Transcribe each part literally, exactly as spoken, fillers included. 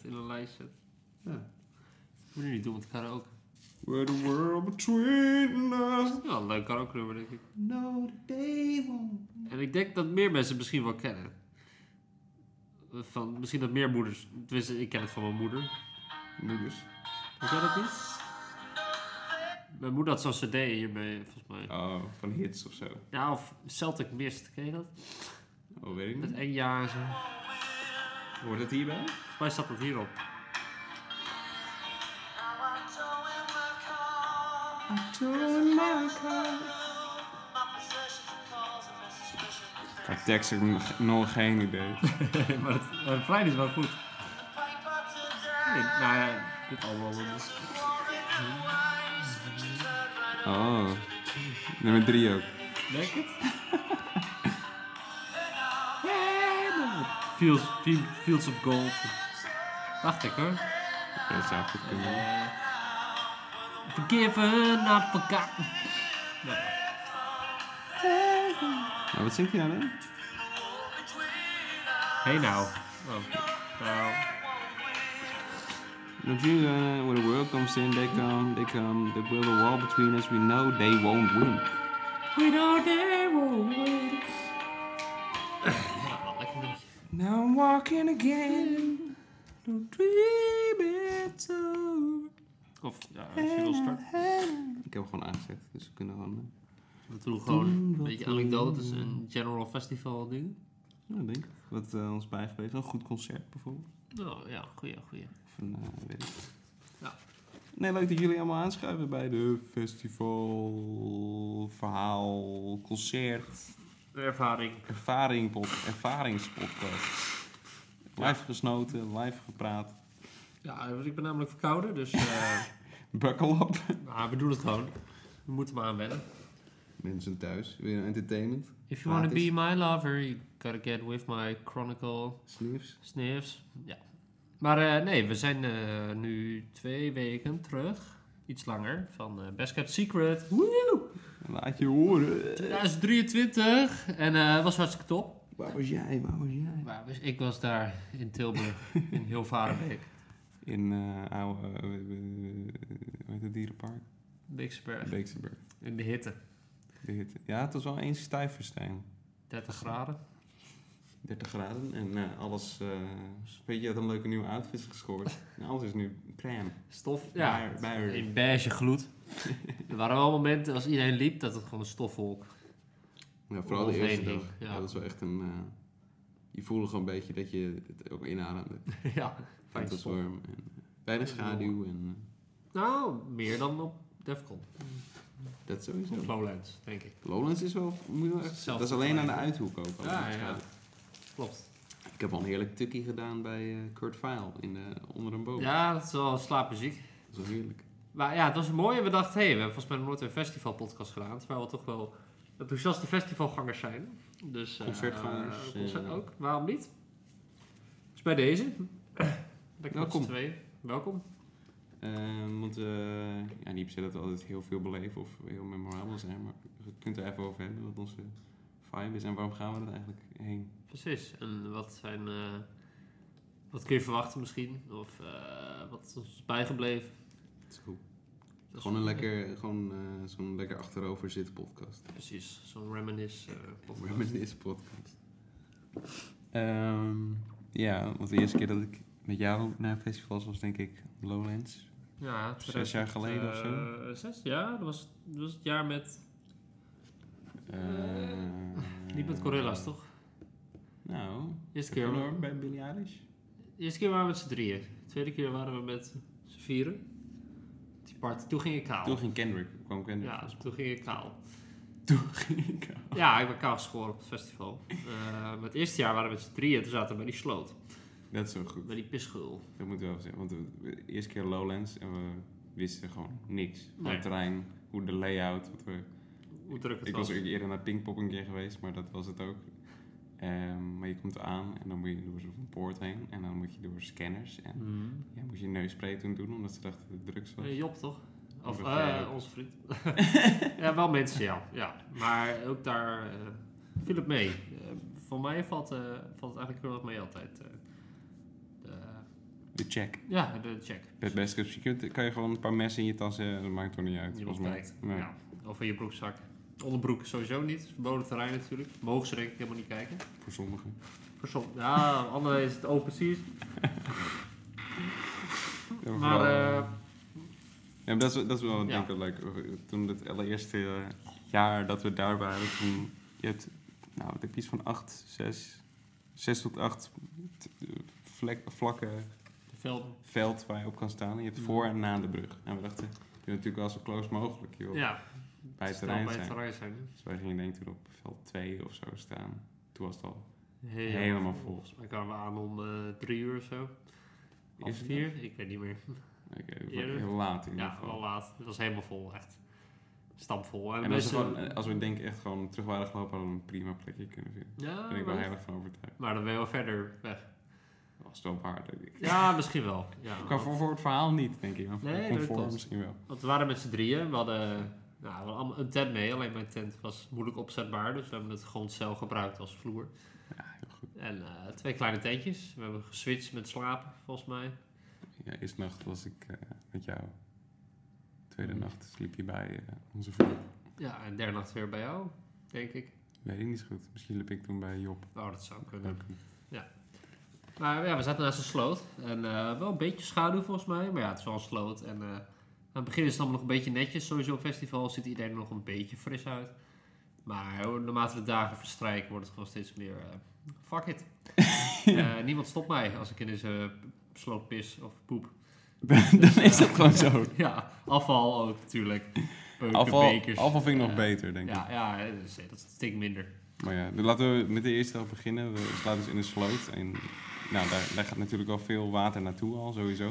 in een lijst zet. Ja. Moet je niet doen met karaoke. We're the world between us. Ja, een leuk karaoke nummer, denk ik. No, the day won't. En ik denk dat meer mensen het misschien wel kennen. Van, misschien dat meer moeders... Tenminste, ik ken het van mijn moeder. Moeders. Weet jij dat niet? Mijn moeder had zo'n cd hiermee, volgens mij. Oh, van hits of zo. Ja, of Celtic Mist, ken je dat? Oh, weet ik Met niet. één jaar en zo. Hoort het hierbij? Volgens mij staat dat hierop. Qua tekst heb ik nog, nog geen idee. Maar het refrein is wel goed. Nee, nou ja, dit allemaal dus. Oh, nummer drie ook. Denk het? Fields, Fields of Gold. Dacht ik hoor. Dat zou goed kunnen. Uh, forgiven, not forgotten. Nou, Nou, wat zingt hij nou dan? hey nou. Oh, nou. Don't you, uh, when the world comes in, they come, they come, they build a wall between us, we know they won't win. We know they won't win. Ja, lekker liedje. Now I'm walking again. Don't dream it's over. Of, ja, als je wil starten. Ik heb hem gewoon aangezet, dus we kunnen gewoon... Uh, We doen gewoon een beetje anekdotes en general festival dingen. ja, denk ik. Wat uh, ons bijgebleven. Een goed concert bijvoorbeeld. Nou ja, goeie, goeie. Of een, uh, weet ik. Ja. Nee, leuk dat jullie allemaal aanschuiven bij de festival, verhaal, concert, Ervaring. ervaring, pod, ervaringspodcast. Live gesnoten, live gepraat. Ja, ik ben namelijk verkouden, dus uh, Buckle up. nou, we doen het gewoon. We moeten maar aan wennen. Mensen thuis, weer een entertainment. If you want to Gratis. be my lover, you gotta get with my chronicle Sniffs. sniffs. Ja. Maar uh, nee, we zijn uh, nu twee weken terug. Iets langer. Van uh, Best Kept Secret. Woe! Laat je horen. twintig drieëntwintig. En uh, het was hartstikke top. Waar was jij? Waar was jij? Maar dus ik was daar in Tilburg. In Hilvarenbeek. In uh, oude, uh, uh, hoe heet het dierenpark? Beekseberg. Beekseberg. In de hitte. De hitte. Ja, het was wel eens stijverstijn. dertig graden. dertig graden en uh, alles... Uh, weet je, had een leuke nieuwe outfit gescoord. En alles is nu crème. Stof. Ja, Bij- bij- in beige gloed. Er waren wel momenten als iedereen liep dat het gewoon een stofwolk. Ja, vooral de Om ons eerste heen dag. hing, Ja. ja. dat is wel echt een... Uh, je voelde gewoon een beetje dat je het ook inademde. Ja, Het fijn was stof. warm en uh, weinig schaduw en... Uh, Nou, meer dan op Defcon. dat sowieso. Of Lowlands, denk ik. Lowlands is wel... Moet je wel echt, Zelf dat is alleen aan de vergelijken. uithoek ook. Ja, Alleen ja. schaduw. Klopt. Ik heb al een heerlijk tukkie gedaan bij uh, Kurt Vile in de, onder een boom. Ja, dat is wel slaapmuziek. Dat is wel heerlijk. Maar ja, het was mooi. En we dachten, hé, hey, we hebben volgens mij nog nooit een festivalpodcast gedaan. Terwijl we toch wel enthousiaste festivalgangers zijn. Dus, uh, Concertgangers, uh, concert ja. ook. Waarom niet? Dus bij deze. Lekker Welkom. met z'n tweeën. Welkom. Um, want uh, ja, niet per se dat we altijd heel veel beleven of heel memorabel zijn, maar we kunnen het er even over hebben wat onze vibe is en waarom gaan we er eigenlijk heen. Precies. En wat zijn... Uh, wat kun je verwachten misschien? Of uh, wat is ons bijgebleven? Dat is goed. Dat is Gewoon een goed. lekker, gewoon, uh, zo'n lekker achterover zitten podcast. Precies. Zo'n reminisce uh, podcast. Reminisce podcast. Um, ja, want de eerste keer dat ik met jou naar festivals was, denk ik Lowlands. Ja, Zes jaar geleden of zo? Uh, zes, ja. Dat was, dat was het jaar met... Uh, Niet met Gorilla's, toch? Nou, Eerste keer, hoor, bij Billie Eilish. de eerste keer waren we met z'n drieën. De tweede keer waren we met z'n vieren. Die part, toen ging ik kaal. Toen ging Kendrick, kwam Kendrick. Ja, toen ging ik kaal. Toen ging ik kaal. Ja, ik ben kaal geschoren op het festival. Uh, maar het eerste jaar waren we met z'n drieën. Toen zaten we bij die sloot. Dat is zo goed. Bij die pisgul. Dat moet wel zeggen, want de, de eerste keer Lowlands en we wisten gewoon niks van Nee. het terrein, hoe de layout. Wat we, Hoe druk het ik was. was ook eerder naar Pinkpop een keer geweest, maar dat was het ook. Um, maar je komt aan en dan moet je door zo'n poort heen en dan moet je door scanners en Mm. ja, moet je neusspray toen doen omdat ze dachten dat het drugs was. Uh, Job, toch? Of Of uh, jij ook. onze vriend. Ja, wel mensen, ja. ja. Maar ook daar uh, viel het mee. Uh, voor mij valt, uh, valt het eigenlijk heel erg mee altijd. Uh, de de check. Ja, de check. Bij Best Kept Secret kan je gewoon een paar messen in je tas hebben. Dat maakt toch niet uit. Niemand volgens mij. kijkt. Nee. Ja. Of in je broekzak. Onderbroek sowieso niet. Verboden terrein natuurlijk. Mogen ze denk ik helemaal niet kijken. Voor sommigen. Voor som- ja, anderen is het open seas. Ja, Maar, vooral, eh, ja, maar dat, is, dat is wel, ja. denk ik, leuk. Toen het allereerste eh, jaar dat we daar waren, toen je hebt, nou, wat heb je iets van acht, zes, zes tot acht t- vlek, vlakken de velden. veld waar je op kan staan. En je hebt voor en na de brug. En we dachten, je bent natuurlijk wel zo close mogelijk, joh, Ja. bij het Snel terrein bij het zijn. terrein zijn. Dus wij gingen denk ik toen op veld twee of zo staan. Toen was het al Helemaal, helemaal vol. Volgens mij kwamen we aan om uh, drie uur of zo. Half Is het vier, ik weet niet meer. Oké, Eerder? heel laat in ieder Ja, geval. wel laat. Het was helemaal vol, echt. Stampvol. En, En als we, mensen- gewoon, als we denk ik echt gewoon terug waren gelopen, hadden we een prima plekje kunnen vinden. Ja, Daar ben ik wel wel. heel erg van overtuigd. Maar dan ben je wel verder weg. Dat was wel waard, denk ik. Ja, misschien wel. Ja, Qua want, voor, voor het verhaal niet, denk ik. Maar voor Nee, het dat comfort klopt. misschien wel. want we waren met z'n drieën. We hadden, nou, we hadden allemaal een tent mee. Alleen mijn tent was moeilijk opzetbaar. Dus we hebben het grondcel gebruikt als vloer. Ja, heel goed. En uh, twee kleine tentjes. We hebben geswitcht met slapen, volgens mij. Ja, eerste nacht was ik uh, met jou. Tweede Mm. nacht sliep je bij uh, onze vriend. Ja, en derde nacht weer bij jou, denk ik. Weet ik niet zo goed. Misschien liep ik toen bij Job. Oh, dat zou kunnen. Ook niet. Maar ja, we zaten naast een sloot. En uh, wel een beetje schaduw volgens mij. Maar ja, het is wel een sloot. En uh, aan het begin is het allemaal nog een beetje netjes. Sowieso op festival ziet iedereen er nog een beetje fris uit. Maar naarmate de dagen verstrijken wordt het gewoon steeds meer... Uh, fuck it. uh, niemand stopt mij als ik in deze sloot pis of poep. Dan is dat gewoon zo. Ja, afval ook natuurlijk. Beuken, Afval, bekers. afval vind ik nog Uh, beter, denk ik. Ja, ja dus, dat stinkt minder. Maar ja, dus laten we met de eerste dag beginnen. We sluiten dus in een sloot. En nou, daar, daar gaat natuurlijk wel veel water naartoe al, sowieso.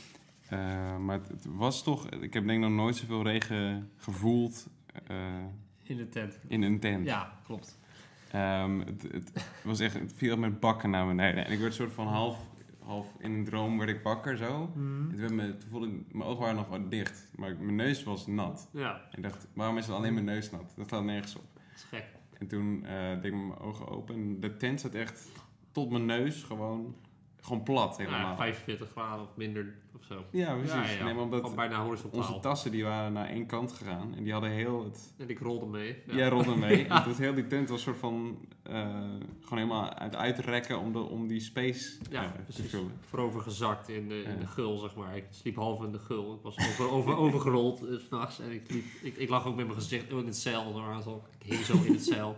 Uh, maar het, het was toch... Ik heb denk ik nog nooit zoveel regen gevoeld uh, In de tent. in een tent. Ja, klopt. Um, het, het, was echt, het viel met bakken naar beneden. En ik werd soort van half, half in een droom werd ik wakker zo. Mm. En toen, werd me, toen voelde ik, mijn ogen waren nog wat dicht. Maar mijn neus was nat. Ja, En ik dacht, waarom is het alleen mijn neus nat? Dat slaat nergens op. dat is gek. En toen uh, deed ik mijn ogen open. En de tent zat echt tot mijn neus gewoon, gewoon plat helemaal. Ja, vijfenveertig graden of minder of zo. Ja, precies. Ja, ja. Nee, maar omdat Gewoon bijna horizontaal. onze tassen die waren naar één kant gegaan. En die hadden heel het... En ik rolde mee. Ja. Jij rolde mee. Ja. En dus heel die tent was soort van... Uh, gewoon helemaal uit uitrekken om, de, om die space Ja, uh, te precies. vullen. Voorover gezakt in de, in Ja. de gul, zeg maar. Ik sliep half in de gul. Ik was over, over, overgerold uh, 's nachts. En ik, liep, ik, ik lag ook met mijn gezicht in het zeil. Zo, zo. Ik hing zo in het zeil.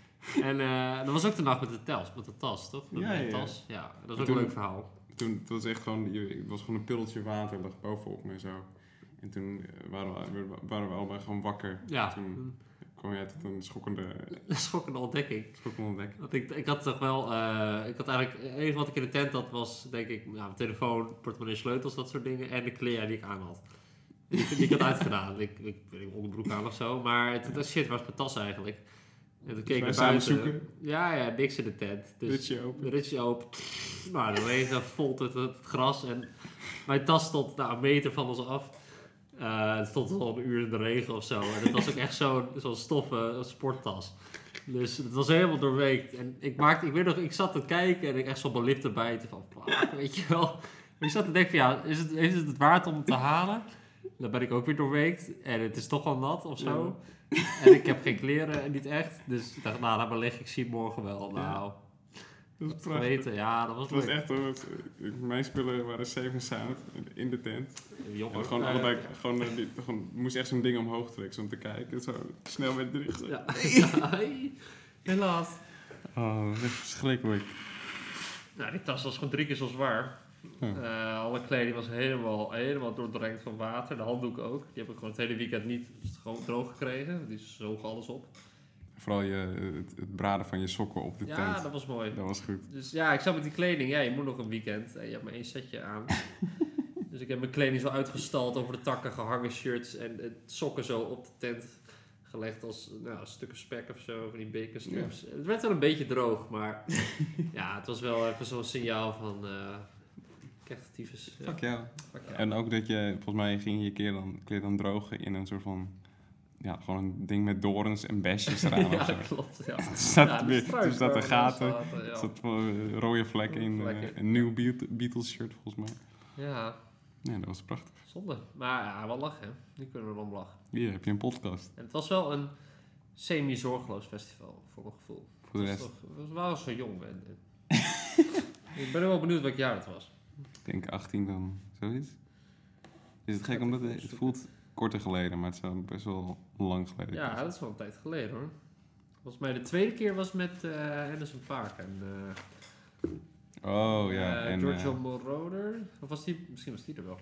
En uh, dat was ook de nacht met de tas, met de tas, toch? Met Ja, mijn ja. tas. Ja, dat is En ook toen- een leuk verhaal. Toen het was echt gewoon... je- Het was gewoon een pilletje water lag bovenop me zo. En toen uh, waren, we, waren we allebei gewoon wakker. Ja, Toen kwam jij tot een schokkende, een schokkende ontdekking. schokkende ontdekking. Want ik, ik had toch wel, uh, ik had eigenlijk, het enige wat ik in de tent had was, denk ik, nou, mijn telefoon, portemonnee, sleutels, dat soort dingen. En de kleren die ik aan had. Die, die ik had uitgedaan. Ik, ik weet niet, onderbroek aan of zo. Maar het, het, shit, waar is mijn tas eigenlijk? En toen keek ik wij naar buiten. samen zoeken. Ja, ja, niks in de tent. Dus Ritje open. de ritje open. Nou, dan ineens volt het, het gras. En mijn tas stond nou, een meter van ons af. Uh, het stond al een uur in de regen of zo. En het was ook echt zo'n zo'n stoffen sporttas. Dus het was helemaal doorweekt. En ik maakte, ik weet nog, ik zat te kijken en ik echt zo op mijn lip te bijten van, "Pah," weet je wel. Maar ik zat te denken van, ja, is het, is het het waard om het te halen? Dan ben ik ook weer doorweekt. En het is toch wel nat of zo. En ik heb geen kleren, niet echt. Dus ik dacht, nou, laat maar liggen, ik zie het morgen wel. Nou, Dat was dat prachtig. geweten, ja, dat was Het was leuk. echt hoor. het- Mijn spullen waren safe en sound in de tent. Jongen, En gewoon uh, allebei, gewoon, eh, die, gewoon, moest echt zo'n ding omhoog trekken om te kijken. Zo snel met de rug. Ja, nee. Helaas. Oh, dat is echt verschrikkelijk. Nou, die tas was gewoon drie keer zo zwaar. Ja. Uh, alle kleding was helemaal, helemaal doordrenkt van water. De handdoeken ook. Die heb ik gewoon het hele weekend niet gewoon droog gekregen. Die zogen alles op. Vooral je, het, het braden van je sokken op de Ja, tent. dat was mooi. Dat was goed. Dus ja, ik zat met die kleding. Ja, je moet nog een weekend. En je hebt maar één setje aan. Dus ik heb mijn kleding zo uitgestald, over de takken gehangen, shirts en uh, sokken zo op de tent gelegd als nou, stukken spek of zo, van die bacon strips. Het werd wel een beetje droog, maar ja, het was wel even zo'n signaal van uh, kechtertyfus. Ja. Fuck jou. Fuck ja. En ook dat je, volgens mij ging je keer dan, keer dan drogen in een soort van, ja, gewoon een ding met dorens en besjes eraan of Ja, zo. klopt. Ja. Er staat, Ja, de weer, struis er staat waar er we gaten, zaten, er ja. staat uh, rode vlekken in, Vlekken. uh, een nieuw Beat- Beatles shirt volgens mij. Ja, Ja, dat was prachtig. zonde. Maar ja, wel lachen, hè. Nu kunnen we erom lachen. Hier heb je een podcast. En het was wel een semi-zorgeloos festival, voor mijn gevoel. Voor de Het was rest, toch- we waren zo jong. En, en- ik ben wel benieuwd welk jaar het was. ik denk achttien dan, zoiets. Is het gek omdat het, het voelt korter geleden, maar het is wel best wel lang geleden. Ja, dat is wel een tijd geleden, hoor. Volgens mij de tweede keer was met uh, Anderson .Paak en... Uh, Oh ja, uh, en Giorgio uh, Moroder. Of was die... Misschien was die er wel.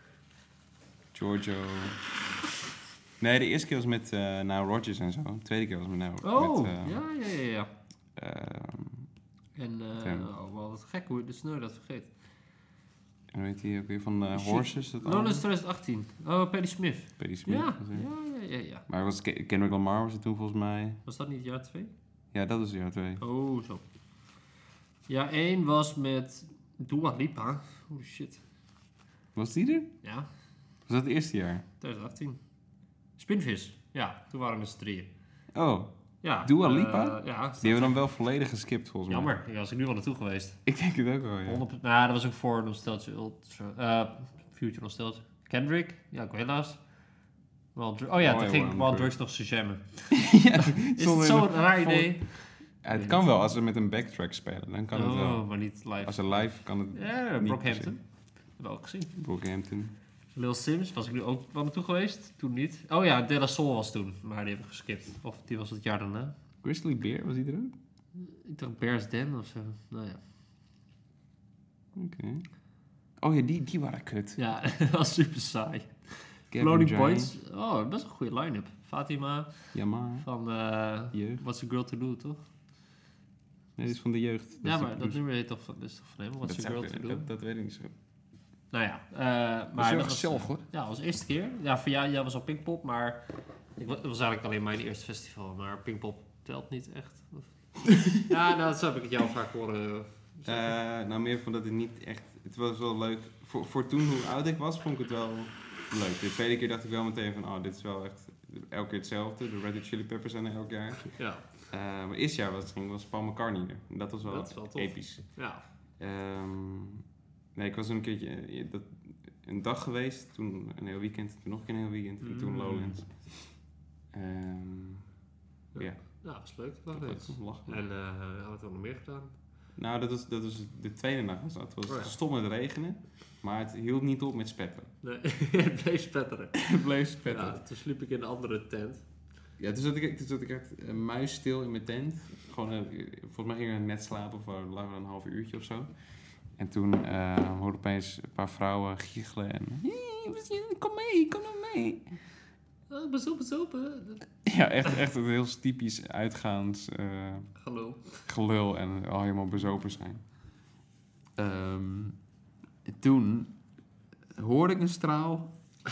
Giorgio... Nee, de eerste keer was met uh, Now Rodgers en zo. De tweede keer was met Now... Oh, met, uh, ja, ja, ja, ja. Uh, en, uh, oh, wel wat gek hoe je de sneu dat vergeet. En weet je ook weer van uh, Horses? Dat no, dat is twintig achttien. Oh, Paddy Smith. Paddy Smith. Ja, ja, ja, ja, ja. Maar was Kendrick Lamar was het toen volgens mij. Was dat niet jaar twee? Ja, dat was jaar twee. Oh, zo. Jaar één was met Dua Lipa. Oh shit. Was die er? Ja. Was dat het eerste jaar? twintig achttien. Spinvis. Ja, toen waren we met z'n drieën. Oh, ja, Dua uh, Lipa? Ja. Die hebben we dan wel volledig geskipt volgens mij. Jammer, daar was ik nu al naartoe geweest. Ik denk het ook wel, ja. honderd Nou, dat was ook voor Nostalgia Ultra. Uh, Future Nostalgia. Kendrick. Ja, ik helaas. Well, oh ja, oh, toen ja, ging wow, Wild okay. Drugs nog sejammen. Ja, Is het zo'n raar idee? Ja, het kan wel als we met een backtrack spelen. Dan kan oh, het wel. maar niet live. Als er live kan het Ja, niet Brockhampton. Wel ook gezien. Brockhampton. Lil Sims was ik nu ook wel naartoe geweest. Toen niet. Oh ja, De La Soul was toen. Maar die hebben we geskipt. Of die was het jaar daarna. Grizzly Bear, was die er ook? Ik dacht Bears Den of zo. Nou ja. Oké. Okay. Oh ja, die, die waren kut. Ja, dat was super saai. Floating Points. Oh, best een goede line-up. Fatima. Yamaha. Van uh, Jeugd. What's a Girl to Do, toch? Nee, dit is van de jeugd. Dat ja, maar dat nummer heet toch van, dat is toch van hem? What's dat a Girl ik, to Do? Dat, dat weet ik niet zo. Nou ja. Uh, maar dat was gezellig, hoor. Ja, dat was de eerste keer. Ja, voor jou, jij was al Pinkpop, maar... Ik, het was eigenlijk alleen mijn eerste festival, maar Pinkpop telt niet echt. Ja, nou, dat heb ik het jou vaak horen. Uh, nou, meer van dat het niet echt... Het was wel leuk. Voor, voor toen, hoe oud ik was, vond ik het wel leuk. De tweede keer dacht ik wel meteen van... Oh, dit is wel echt elke keer hetzelfde. De Red Hot Chili Peppers zijn er elk jaar. Ja. Uh, maar het eerste jaar was, ging, was Paul McCartney er. En dat was wel, dat is wel tof. episch. Ja. Um, nee, ik was een keertje... Dat, een dag geweest. Toen een heel weekend. Toen nog een keer een heel weekend. En toen Mm. Lowlands. Um, ja. ja. Ja, dat was leuk. Dat was leuk. Lachen. En uh, hadden we nog meer gedaan? Nou, dat was, dat was de tweede nacht. Was dat. Het was oh, ja. stom met regenen, maar het hield niet op met spetteren. Nee, het bleef spetteren. Het bleef spetteren. Ja, toen sliep ik in een andere tent. Ja, toen zat ik, toen zat ik echt uh, muisstil in mijn tent. Gewoon, uh, volgens mij ging ik net slapen, of uh, lagen we een half uurtje of zo. En toen uh, hoorde opeens een paar vrouwen giechelen en... Kom mee, kom nou mee. Oh, bezopen, bezopen. Ja, echt, echt een heel typisch uitgaans uh, gelul. gelul en al helemaal bezopen zijn. Um, toen hoorde ik een straal.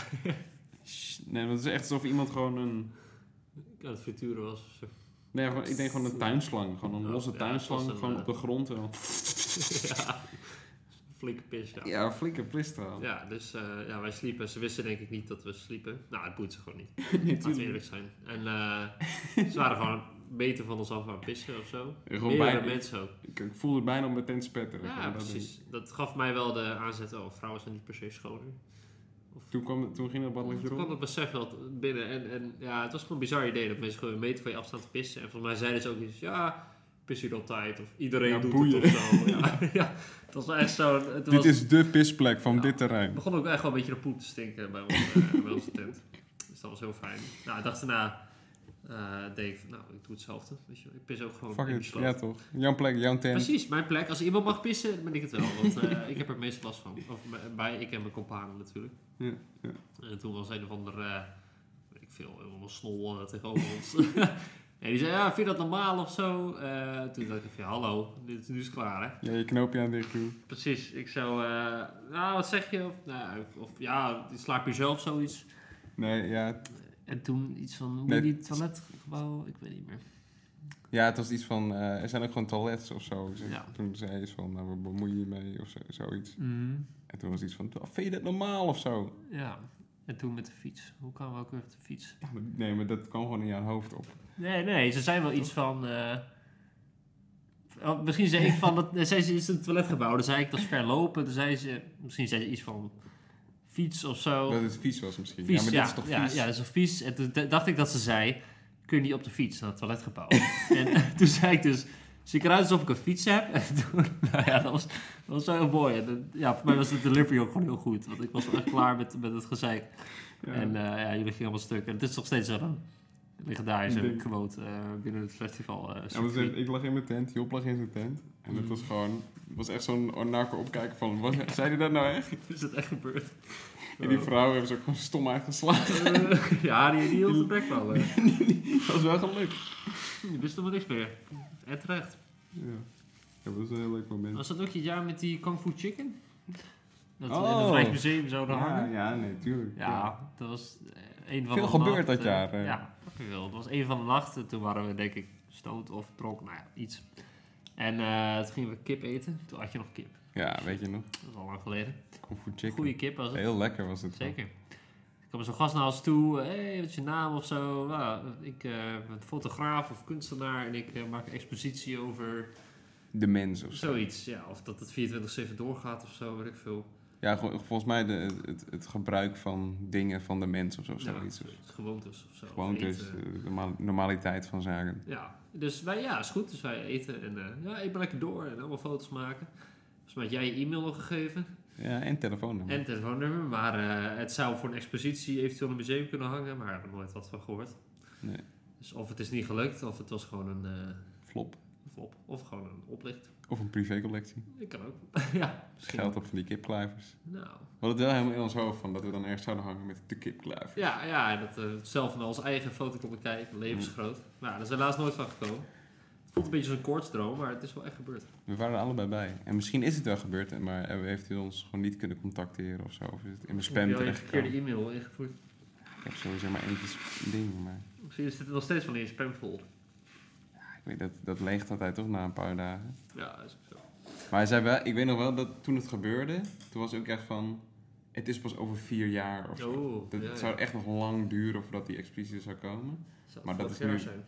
Nee, dat is echt alsof iemand gewoon een... Ik aan het frituren was of zo. Nee, gewoon, ik denk gewoon een tuinslang. Gewoon een oh, losse ja, tuinslang, een, gewoon uh, op de grond. En ja, flinke pis, ja. Ja, een flinke plisstraal. Ja, dus uh, ja, wij sliepen. Ze wisten denk ik niet dat we sliepen. Nou, het boeit ze gewoon niet. Nee, laten we eerlijk zijn. En uh, ze waren gewoon een meter van ons af aan het pissen of zo. Gewoon Meerdere bijna, mensen ook. Ik, ik voelde het bijna op mijn tent spetteren. Ja, dat precies. Dat gaf mij wel de aanzet. Oh, vrouwen zijn niet per se schoner. Of, toen, kwam, toen ging dat balletje Toen rond. kwam het besef wel binnen. En, en ja, het was gewoon een bizar idee dat mensen gewoon een meter van je afstand te pissen. En volgens mij zeiden ze ook iets. Ja, pis hier altijd. Of iedereen ja, doet boeien. het of zo. Ja, ja, het was wel echt zo. Het Dit was, is de pisplek van ja, dit terrein. Het begon ook echt wel een beetje naar poep te stinken bij, ons, uh, bij onze tent. Dus dat was heel fijn. Nou, ik dacht daarna... Uh, denk ik van, nou, ik doe hetzelfde. Weet je, ik pis ook gewoon Fuck in it, die sloot. ja toch. Jouw plek, jouw tent. Precies, mijn plek. Als iemand mag pissen, dan ben ik het wel. Want uh, ik heb er het meest last van. Of bij, ik en mijn companen natuurlijk. Ja, ja. En toen was een of ander, uh, weet ik veel, een snol uh, tegenover ons. En die zei, ja, vind je dat normaal of zo? Uh, toen dacht ik van, ja, hallo, dit is nu is klaar, hè? Ja, je knoopje aan dicht toe. Precies, ik zou, uh, nou, wat zeg je? Of, nou, of ja, slaap je zelf zoiets? Nee, ja. En toen iets van, hoe Nee, die toiletgebouw, ik weet niet meer. Ja, het was iets van, uh, er zijn ook gewoon toilets of zo. Dus Ja. Toen zei hij van, nou, waar bemoei je je mee of zo, zoiets. Mm. En toen was iets van, vind je dat normaal of zo? Ja, en toen met de fiets. Hoe kwamen we ook weer op de fiets? Ja, maar, nee, maar dat kwam gewoon in jouw hoofd op. Nee, nee, ze zijn wel iets van... Uh, Oh, misschien zei ik van, dat, zei ze is een toiletgebouw. Dan zei ik, dat is ver lopen. Dan zei ze, misschien zei ze iets van fiets of zo. Dat het vies was misschien. Fiets, ja, maar ja, dit is toch ja, vies? ja, dat is toch vies. En toen d- dacht ik dat ze zei, kun je niet op de fiets naar het toiletgebouw? en uh, toen zei ik dus, zie ik eruit alsof ik een fiets heb? En toen, nou ja, dat was, dat was zo heel mooi. En, uh, ja, voor mij was de delivery ook gewoon heel goed. Want ik was echt klaar met, met het gezeik. Ja. En uh, ja, jullie gingen allemaal stuk. En het is nog steeds zo'n legendarische Ik denk- quote uh, binnen het festival. Uh, Ja, want circuit. ik lag in mijn tent, Job lag in zijn tent. En het Mm. was gewoon, het was echt zo'n narco opkijken van, wat, zei hij dat nou echt? Is het echt gebeurd? En die vrouw hebben ze ook gewoon stom uitgeslagen. Uh, ja, die, die hield de bek wel. Uh. Dat was wel gelukt. Je wist helemaal niks meer. En terecht. Ja. Ja, dat was een heel leuk moment. Was dat ook het jaar met die Kung Fu Chicken? Dat we in Oh. het Rijksmuseum zouden Ja, hangen? ja, nee, tuurlijk. Ja, dat was eh, een van Veel de gebeurd nacht, dat eh, jaar, hè? Ja, veel. Het was een van de nachten. Toen waren we denk ik stoned of dronken. Nou ja, iets. En eh, toen gingen we kip eten. Toen had je nog kip. Ja, weet je nog? Dat is al lang geleden. Kung Fu Chicken. Goeie kip was het. Heel lekker was het. wel. Zeker. Er kwam zo'n gast naar ons toe. Hé, hey, wat is je naam of zo? Nou, ik uh, ben fotograaf of kunstenaar. En ik uh, maak een expositie over De mens of zo. zoiets. Ja, of dat het vierentwintig zeven doorgaat of zo. Weet ik veel. Ja, gewoon- volgens mij de, het, het gebruik van dingen van de mens of zo. Ja, Zoiets. Of zoiets. Gewoontes of zo. gewoon Of dus eten. eh, de norma- normaliteit van zaken. Ja, dus wij, ja, is goed. Dus wij eten en uh, ja, ik ben lekker door en allemaal foto's maken. Dus mij had jij je e-mail nog gegeven Ja, en telefoonnummer. en telefoonnummer. Maar uh, het zou voor een expositie eventueel in een museum kunnen hangen, maar ik heb er nooit wat van gehoord. Nee. Dus of het is niet gelukt, of het was gewoon een uh, Flop. flop, of gewoon een oplicht. Of een privécollectie. Ik kan ook. ja, misschien. Geld op van die kipkluivers. Nou, We hadden het wel helemaal in ons hoofd van dat we dan ergens zouden hangen met de kipkluiver. ja, ja, en dat we zelf naar onze eigen foto konden kijken, levensgroot. Maar ja, daar is helaas nooit van gekomen. Het voelt een beetje als een koortsdroom, maar het is wel echt gebeurd. We waren er allebei bij. En misschien is het wel gebeurd, maar heeft hij ons gewoon niet kunnen contacteren of zo. Of is het in mijn spam Heb je al je verkeerde terechtgekomen. e-mail ingevoerd? Ik heb sowieso maar eventjes een ding, maar Misschien zit het nog steeds van in je spamfolder. ik weet dat, dat leegt altijd toch na een paar dagen. Ja, is ook zo. Maar hij zei wel, ik weet nog wel dat toen het gebeurde, toen was het ook echt van, het is pas over vier jaar of zo. Oh, Dat ja, het zou ja. echt nog lang duren voordat die expeditie er zou komen. Zou Maar dat vorig is jaar nu- zijn.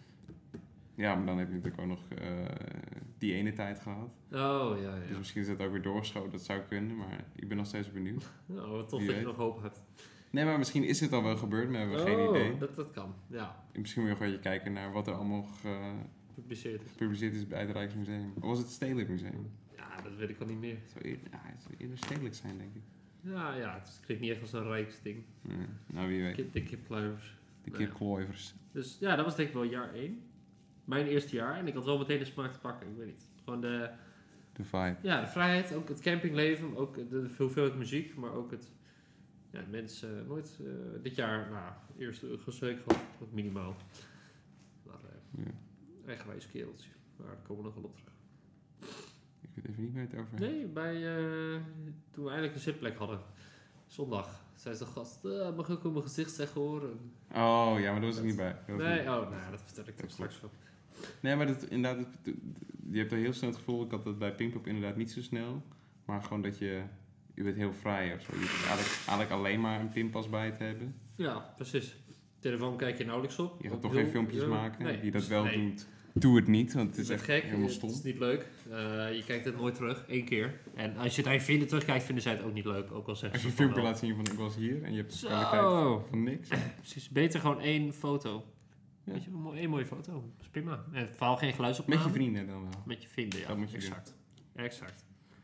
Ja, maar dan heb je natuurlijk ook nog eh, die ene tijd gehad. Oh, ja, Dus ja. misschien is dat ook weer doorgeschoten, dat zou kunnen, maar ik ben nog steeds benieuwd. Nou, wat tof Wie dat je weet. nog hoop hebt. Nee, maar misschien is het al wel gebeurd, maar hebben we geen Oh, idee. Dat, dat kan, ja. Misschien moet je gewoon even kijken naar wat er allemaal Gepubliceerd is. gepubliceerd is bij het Rijksmuseum. Of was het het Stedelijk Museum? Ja, dat weet ik al niet meer. Het zou eerder, ja, het zou eerder stedelijk zijn, denk ik. Ja, ja, het klinkt niet echt als een rijksding. Ja, nou, wie weet. Kip, de kipkluivers. De Nou ja. kipkloivers. Dus ja, dat was denk ik wel jaar één. Mijn eerste jaar. En ik had wel meteen de smaak te pakken. Ik weet niet. Gewoon de, De vibe. ja, de vrijheid. Ook het campingleven. Ook de, de hoeveelheid muziek. Maar ook het... Ja, mensen nooit... eh, dit jaar, nou, eerst uh, gezeik gehad. Wat minimaal. Maar uh, Ja. eigenwijs kereltje. Maar daar komen we nog wel op terug. Ik weet even niet waar je het over hebt. Nee, bij, uh, toen we eindelijk een zitplek hadden. Zondag. Zei ze de gast, uh, mag ik ook op mijn gezicht zeggen hoor? En, Oh, ja, maar daar was ik niet bij. Dat was nee, niet- oh, nou, dat vertel ik er Dat straks van. Nee, maar dat, inderdaad, het- je hebt er heel snel het gevoel, ik had dat bij Pinkpop inderdaad niet zo snel. Maar gewoon dat je, je bent heel vrij of zo. Je hoeft eigenlijk, eigenlijk alleen maar een pinpas bij te hebben. Ja, precies. Telefoon kijk je nauwelijks op. Je gaat Op toch heel- geen filmpjes ja, maken. nee, Die dat dus- wel nee. doet, doe het niet, want het Het is is echt gek, helemaal het stom. is niet leuk. Uh, je kijkt het nooit terug, één keer. En als je het aan je vrienden terugkijkt, vinden zij het ook niet leuk. Ook al zeggen Als je ze een van filmpje wel. laat zien van ik was hier en je hebt de Zo. kwaliteit van niks. Precies, beter gewoon één foto. Ja. Weet je, een mo- één mooie foto. Dat is prima. En vooral geen geluidsopname. Met je vrienden dan wel. Met je vrienden, ja. Dat moet je exact. Exact.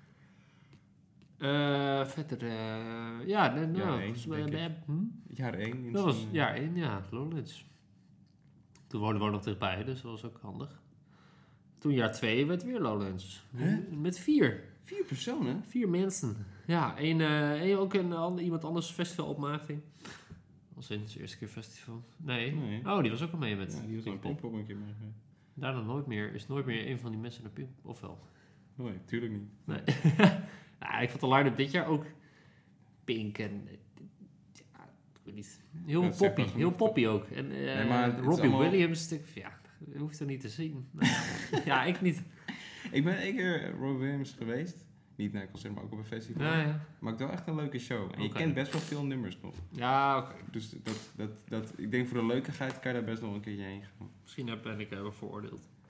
Uh, verder, uh, ja, nee, nou, Jaar één, volgens mij- denk ik. hm? Jaar één. in Dat was zijn- jaar één, ja, Lowlands. Toen woonden we ook nog dichtbij, dus dat was ook handig. Toen jaar twee werd weer Lowlands. Hè? Met vier. Vier personen? Vier mensen. Ja, één, uh, één ook een ander, iemand anders festival opmaakte. Was in zijn eerste keer festival. Nee. Nee. Oh, die was ook al mee met Ja, die was aan Pinkpop. Pinkpop een keer mee. Daarna nooit meer, is nooit meer een van die mensen naar Pinkpop, of wel? Nee, tuurlijk niet. Nee. Ja, ik vond de line-up dit jaar ook pink en... Ja, ik weet niet. Heel Dat zegt poppy. wel genoeg. Heel poppy ook. En uh, Nee, maar het is Robbie allemaal- Williams, denk ik, ja, dat hoeft er niet te zien. Nou, ja, ik niet. Ik ben één keer Robbie Williams geweest. Niet naar een concert, maar ook op een festival. Ja, ja. Maar ik wel echt een leuke show. En je Oké. kent best wel veel nummers nog. Ja, oké. Dus dat, dat, dat, ik denk voor de leukigheid kan je daar best wel een keertje heen gaan. Misschien ben ik uh, bevooroordeeld.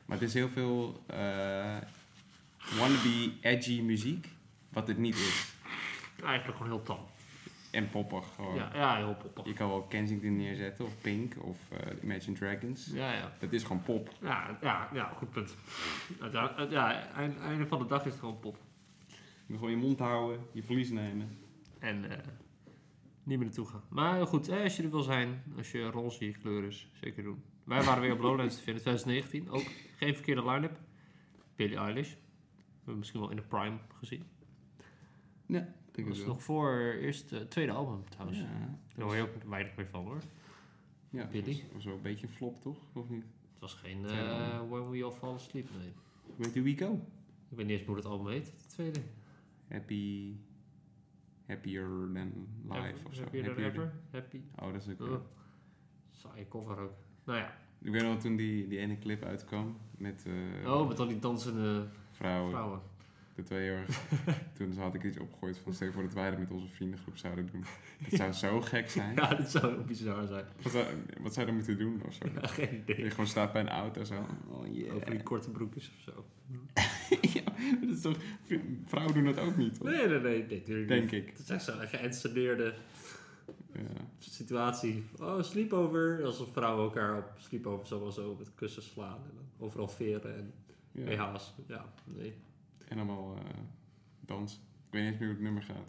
Maar het is heel veel uh, wannabe edgy muziek, wat het niet is. Eigenlijk gewoon heel tam. En poppig gewoon. Ja, ja, heel poppig. Je kan wel Kensington neerzetten, of Pink, of uh, Imagine Dragons. Ja, ja. Dat is gewoon pop. Ja, ja, ja, goed punt. Ja, ja, einde, einde van de dag is het gewoon pop. Je moet gewoon je mond houden, je verlies nemen. En uh, niet meer naartoe gaan. Maar goed, eh, als je er wil zijn, als je roze kleur is, zeker doen. Wij waren weer op Lowlands te vinden, twintig negentien. Ook geen verkeerde line-up. Billie Eilish. We hebben misschien wel in de Prime gezien. Ja, dat was nog voor eerst uh, tweede album trouwens. Ja, daar hoor je ook weinig meer van hoor. Ja, Billie. Dat was wel een beetje een flop toch? Of niet? Het was geen uh, When We All Fall Asleep, nee. Weet je wie go? Ik weet niet eens hoe het album heet, de tweede. Happy... Happier Than Life Ever, of zo. Happier Than Ever? Happy. Oh, dat is ook... Oh. Saaie cover ook. Nou ja. Ik weet nog toen die, die ene clip uitkwam met... Uh, oh, met al die dansende vrouwen. vrouwen. De twee jaar. Toen had ik iets opgegooid van stel voor dat wij dat met onze vriendengroep zouden doen. Dat zou zo gek zijn. Ja, dat zou heel bizar zijn. Wat zou, wat zou je dan moeten doen of zo? Ja, geen idee. Je gewoon staat bij een auto zo. Oh yeah. Over die korte broekjes of zo. Ja, dat is toch... Vrouwen doen dat ook niet, hoor. Nee, nee, nee. nee, nee Denk ik. Het is echt zo'n geïnstalleerde ja. situatie. Oh, sleepover. Alsof vrouwen elkaar op sleepover zo wel zo met kussen slaan. En dan overal veren en Ja. B H's. Ja, nee. En allemaal uh, dans. Ik weet niet eens meer hoe het nummer gaat.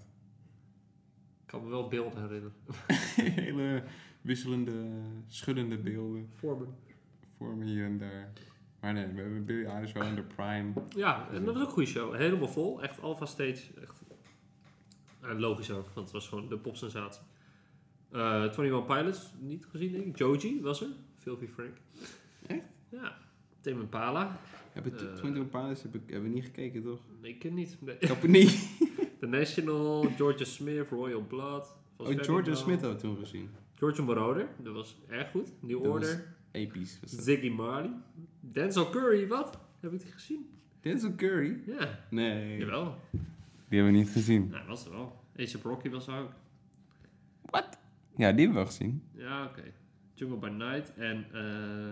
Ik kan me wel beelden herinneren. Hele wisselende, schuddende beelden. Vormen. Vormen hier en daar. Maar nee, we hebben Billie Eilish wel in de prime. Ja, en dat was ook een goede show. Helemaal vol. Echt Alpha Stage. Echt. En logisch ook, want het was gewoon de popsensatie. Uh, eenentwintig Pilots, niet gezien denk ik. Joji was er. Filthy Frank. Echt? Ja. Tame Impala. Hebben uh, eenentwintig Pilots hebben, hebben we niet gekeken, toch? Nee, ik ken niet. Nee. Ik hoop het niet. The National, Georgia Smith, Royal Blood. Oh, Georgia Smith hadden we toen gezien. Georgia Moroder, dat was erg goed. New dat Order. Episch. Ziggy Marley. Denzel Curry, wat? Heb ik die gezien? Denzel Curry? Ja. Nee. Jawel. Die hebben we niet gezien. Nou, was er wel. A$AP Rocky was er ook. Wat? Ja, die hebben we gezien. Ja, oké. Okay. Jungle by Night en... Uh,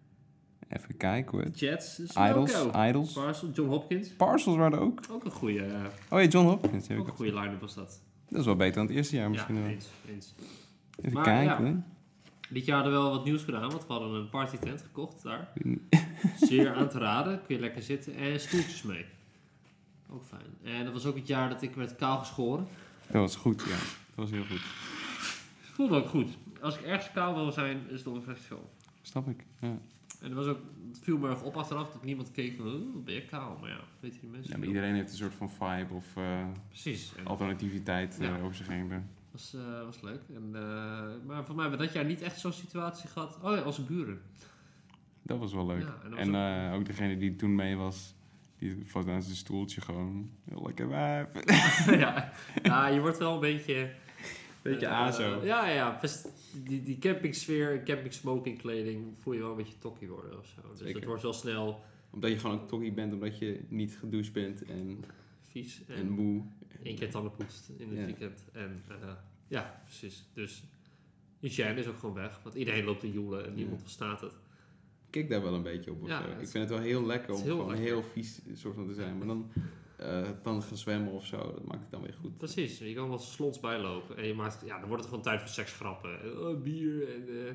Even kijken hoor. Jets. Idols. Idols. Parcels. John Hopkins. Parcels waren er ook. Ook een goede... Uh, oh ja, John Hopkins. Ook een goede line-up was dat. Dat is wel beter dan het eerste jaar misschien ja, wel. eens, eens. Even maar, kijken ja, dit jaar hadden we wel wat nieuws gedaan, want we hadden een partytent gekocht daar. Zeer aan te raden. Kun je lekker zitten en stoeltjes mee. Ook fijn. En dat was ook het jaar dat ik werd kaal geschoren. Dat was goed, ja. Dat was heel goed. Het voelde ook goed. Als ik ergens kaal wil zijn, is het op een festival. Snap ik, ja. En er was ook, het viel me erg op achteraf dat niemand keek van, oh, ben je kaal? Maar ja, weet je die mensen. Ja, maar iedereen heeft een soort van vibe of uh, Precies. En alternativiteit uh, ja. over zich heen. Dat was, uh, was leuk. En, uh, maar voor mij hebben we dat jaar niet echt zo'n situatie gehad. Oh ja, onze buren. Dat was wel leuk. Ja, en en ook... Uh, ook degene die toen mee was, die vast aan zijn stoeltje gewoon heel lekker wijf. ja, ja, je wordt wel een beetje... Beetje uh, azo. Uh, ja, ja. Die, die campingsfeer, camping smoking kleding voel je wel een beetje tokkie worden of zo. Dus Zeker. Het wordt wel snel... Omdat je gewoon ook tokkie bent, omdat je niet gedoucht bent en... Vies. En, en moe. Eén keer tanden poetst in het ja. weekend. En uh, ja, precies. Dus hygiëne is ook gewoon weg. Want iedereen loopt in joelen en niemand ja. verstaat het. Ik kijk daar wel een beetje op. Ja, ik vind het wel heel lekker om heel gewoon lekker. heel vies soort van te zijn. Maar dan... Uh, dan gaan zwemmen of zo, dat maakt het dan weer goed. Precies, je kan wel slots bijlopen. En je maakt, ja, dan wordt het gewoon tijd voor seksgrappen. Oh, bier en... Uh,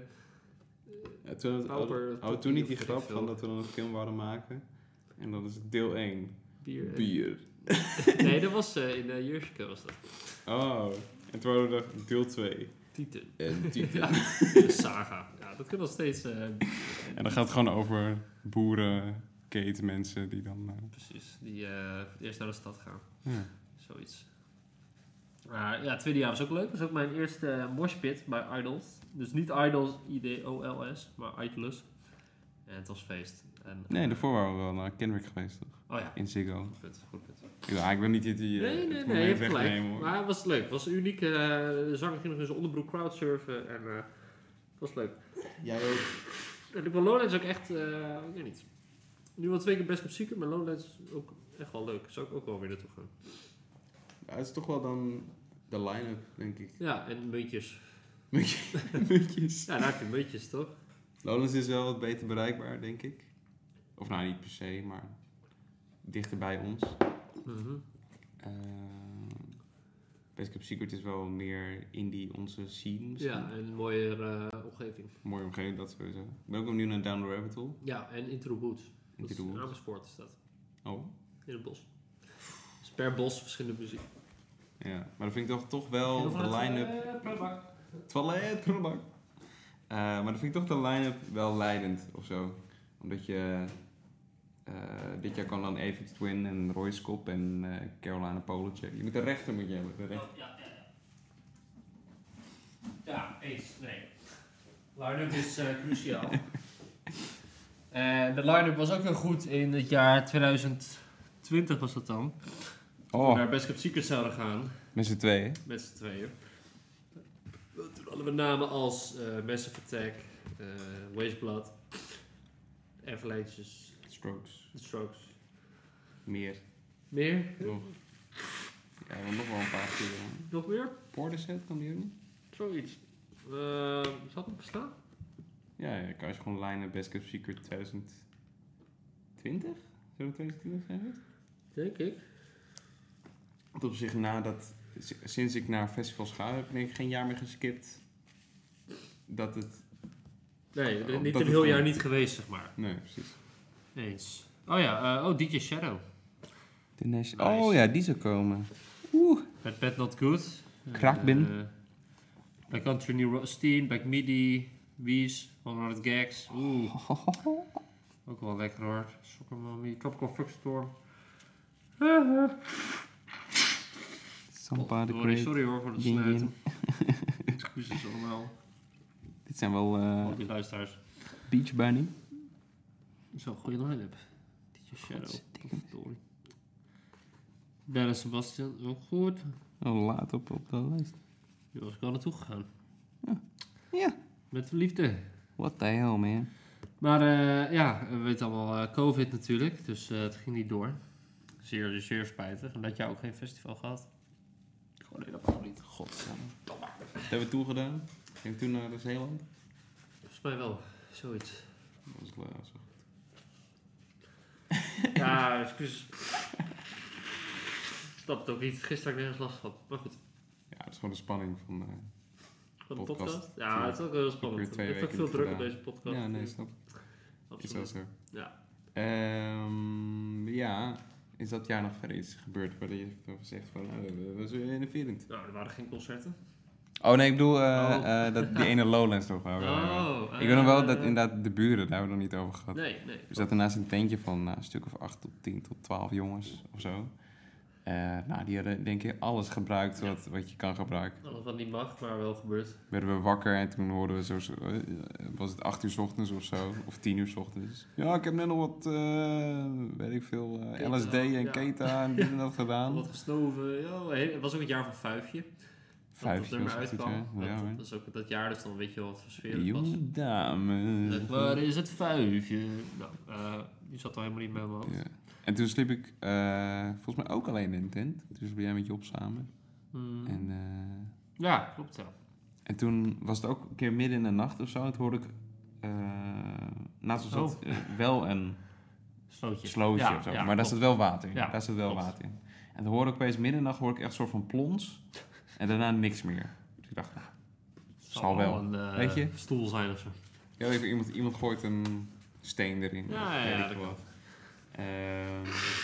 ja, toen het, ouder, oh, toen niet die grap van dat we dan een film wouden maken. En dan is het deel één. Bier. Bier. nee, dat was uh, in uh, Jurske was dat. Oh, en toen hadden we deel twee. Tieten. En Tieten. ja, de saga. Ja, dat kan nog steeds... Uh, en dan gaat het gewoon over boeren... mensen die dan... Uh... Precies, die uh, eerst naar de stad gaan. Ja. Zoiets. Uh, ja, het tweede jaar was ook leuk. Dat was ook mijn eerste uh, moshpit bij Idols. Dus niet Idols, I D O L S, maar Idolus. En het was feest. En, nee, uh, daarvoor waren we wel naar Kendrick geweest, toch? Oh ja. In Ziggo. Goed punt, goed punt. Ja, ik wil niet dit die... Uh, nee, nee, nee, je hebt gelijk. Hoor. Maar het was leuk. Het was uniek. Uh, de zanger ging nog in zijn onderbroek crowdsurfen. En uh, het was leuk. Jij ook. En de Lowlands ook echt... Uh, ik weet niet. Nu wel twee keer Best Kept Secret, maar Lowlands is ook echt wel leuk. Zou ik ook wel weer naartoe gaan. Ja, het is toch wel dan de line-up, denk ik. Ja, en muntjes. Muntjes? Ja, daar heb je muntjes, toch? Lowlands is wel wat beter bereikbaar, denk ik. Of nou, niet per se, maar dichter bij ons. Mm-hmm. Uh, Best Kept Secret is wel meer indie onze scene misschien. Ja, en een mooie uh, omgeving. Mooie omgeving, dat sowieso. Ik ben ook benieuwd naar Down the Rabbit Hole. Ja, en Into the Woods. Into the Woods. Amersfoort is dat. Oh. In het bos. Dus per bos verschillende muziek. Ja, maar dat vind ik toch, toch wel de line-up... Toilet, prullenbak. Uh, maar dan vind ik toch de line-up wel leidend of zo. Omdat je... Uh, dit jaar kan dan Aphex Twin en Royce Kop en uh, Carolina Polacek. Je moet de rechter moet je hebben. De rechter. Oh, ja, ja, ja. Ja, eens. Nee. Line-up is uh, cruciaal. En de line-up was ook heel goed in het jaar twintig twintig was dat dan. Oh. We naar Best Kept Secret zouden gaan. Met z'n tweeën? Met z'n tweeën. Toen hadden we namen als uh, Massive Attack, uh, Waste Blood, Avalanches, Strokes. The Strokes. Meer. Meer? Nog. Ja, nog wel een paar keer. Nog meer? Portishead kan die ook niet? Zoiets. Uh, zal het nog bestaan? Ja, ja, kan je gewoon line-up Best Kept Secret twintig twintig? Zullen we twintig twintig zijn? Denk ik. Want op zich nadat, sinds ik naar festivals ga, heb ik denk ik geen jaar meer geskipt. Dat het... Nee, Oh, niet dat een heel het jaar gewoon- niet geweest, zeg maar. Nee, precies. Eens. Oh ja, uh, oh, D J Shadow. De Nash- Nice. Oh ja, die zou komen. Oeh. Met Bad Not Good. Kraakbin. Uh, Black Country New Roasteen, Black Midi, Wies, honderd Gags. Oeh, ook wel lekker hoor. Soccer Mommy, Tropical Fuckstorm. Sampa the Oh, sorry, Great. sorry hoor voor het Yin sluiten. Excuses allemaal. Dit zijn wel uh, Al die luisteraars. Beach Bunny. Zo'n goede line-up. D J Shadow. Verdorie. Dennis Sebastian, ook goed. Oh, laat op, op de lijst. Die was ik al naartoe gegaan. Ja. Met liefde. What the hell, man. Maar uh, ja, we weten allemaal uh, COVID natuurlijk, dus uh, het ging niet door. Zeer, zeer spijtig. En dat jij ook geen festival gehad. Gewoon helemaal niet. Godsamme. Wat hebben we toen gedaan? Ging je toen naar de Zeeland? Volgens mij wel, zoiets. Dat was uh, zo goed. Ja, excuus. Ik snap het ook niet. Gisteren had ik nergens last van. Maar goed. Ja, dat is gewoon de spanning van... Uh, Van de Podcast. podcast? Ja, het is ook heel spannend. weer twee Ik heb ook weken veel niet druk op gedaan. deze podcast. ja, nee, dus snap. Is dat absoluut. zo? Ja. Um, ja, is dat jaar nog verder iets gebeurd waar je het over zegt van, nou, dat was weer innoverend? Nou, er waren geen concerten. Oh nee, ik bedoel uh, Oh. uh, dat, die ene Lowlands toch wel. Oh, ik weet nog wel uh, dat inderdaad de buren, daar hebben we het nog niet over gehad. Nee, nee. We zaten naast een tentje van nou, een stuk of acht tot tien tot twaalf jongens of zo. Uh, nou, die hadden denk ik alles gebruikt wat, wat je kan gebruiken. Alles wat niet mag, maar wel gebeurt. Werden we wakker en toen hoorden we zo, zo uh, was het acht uur 's ochtends of zo, of tien uur 's ochtends. Ja, ik heb net nog wat, uh, weet ik veel, uh, Keta, L S D en ja. keta en dit en dat gedaan. Wat gesnoven. Ja, het was ook het jaar van Vijfje. Vijf dat het jaar er goed, maar ja. uitkwam. Ja, dat, hoor. dat is ook dat jaar, dus dan weet je wel wat voor sfeer het was. Jonge dame. Dat, waar is het Vijfje? Nou, uh, die zat al helemaal niet bij mijn hoofd. Ja. En toen sliep ik uh, volgens mij ook alleen in een tent. Dus ben jij met Job samen. Hmm. En, uh, Ja, klopt ja. en toen was het ook een keer midden in de nacht of zo. En toen hoorde ik uh, naast ons zat Oh. uh, wel een Slootje. slootje Ja, of zo. ja, maar daar klopt. zat wel water in. Ja, daar zat wel klopt. water in. En toen hoorde ik opeens midden in de nacht hoorde ik echt een soort van plons. En daarna niks meer. Dus ik dacht, nou, zal wel. Een uh, Weet je? stoel zijn of zo. ja, weet je, iemand, iemand gooit een steen erin. Ja, of ja, weet ja, ik dat veel kan. wat. Ehm,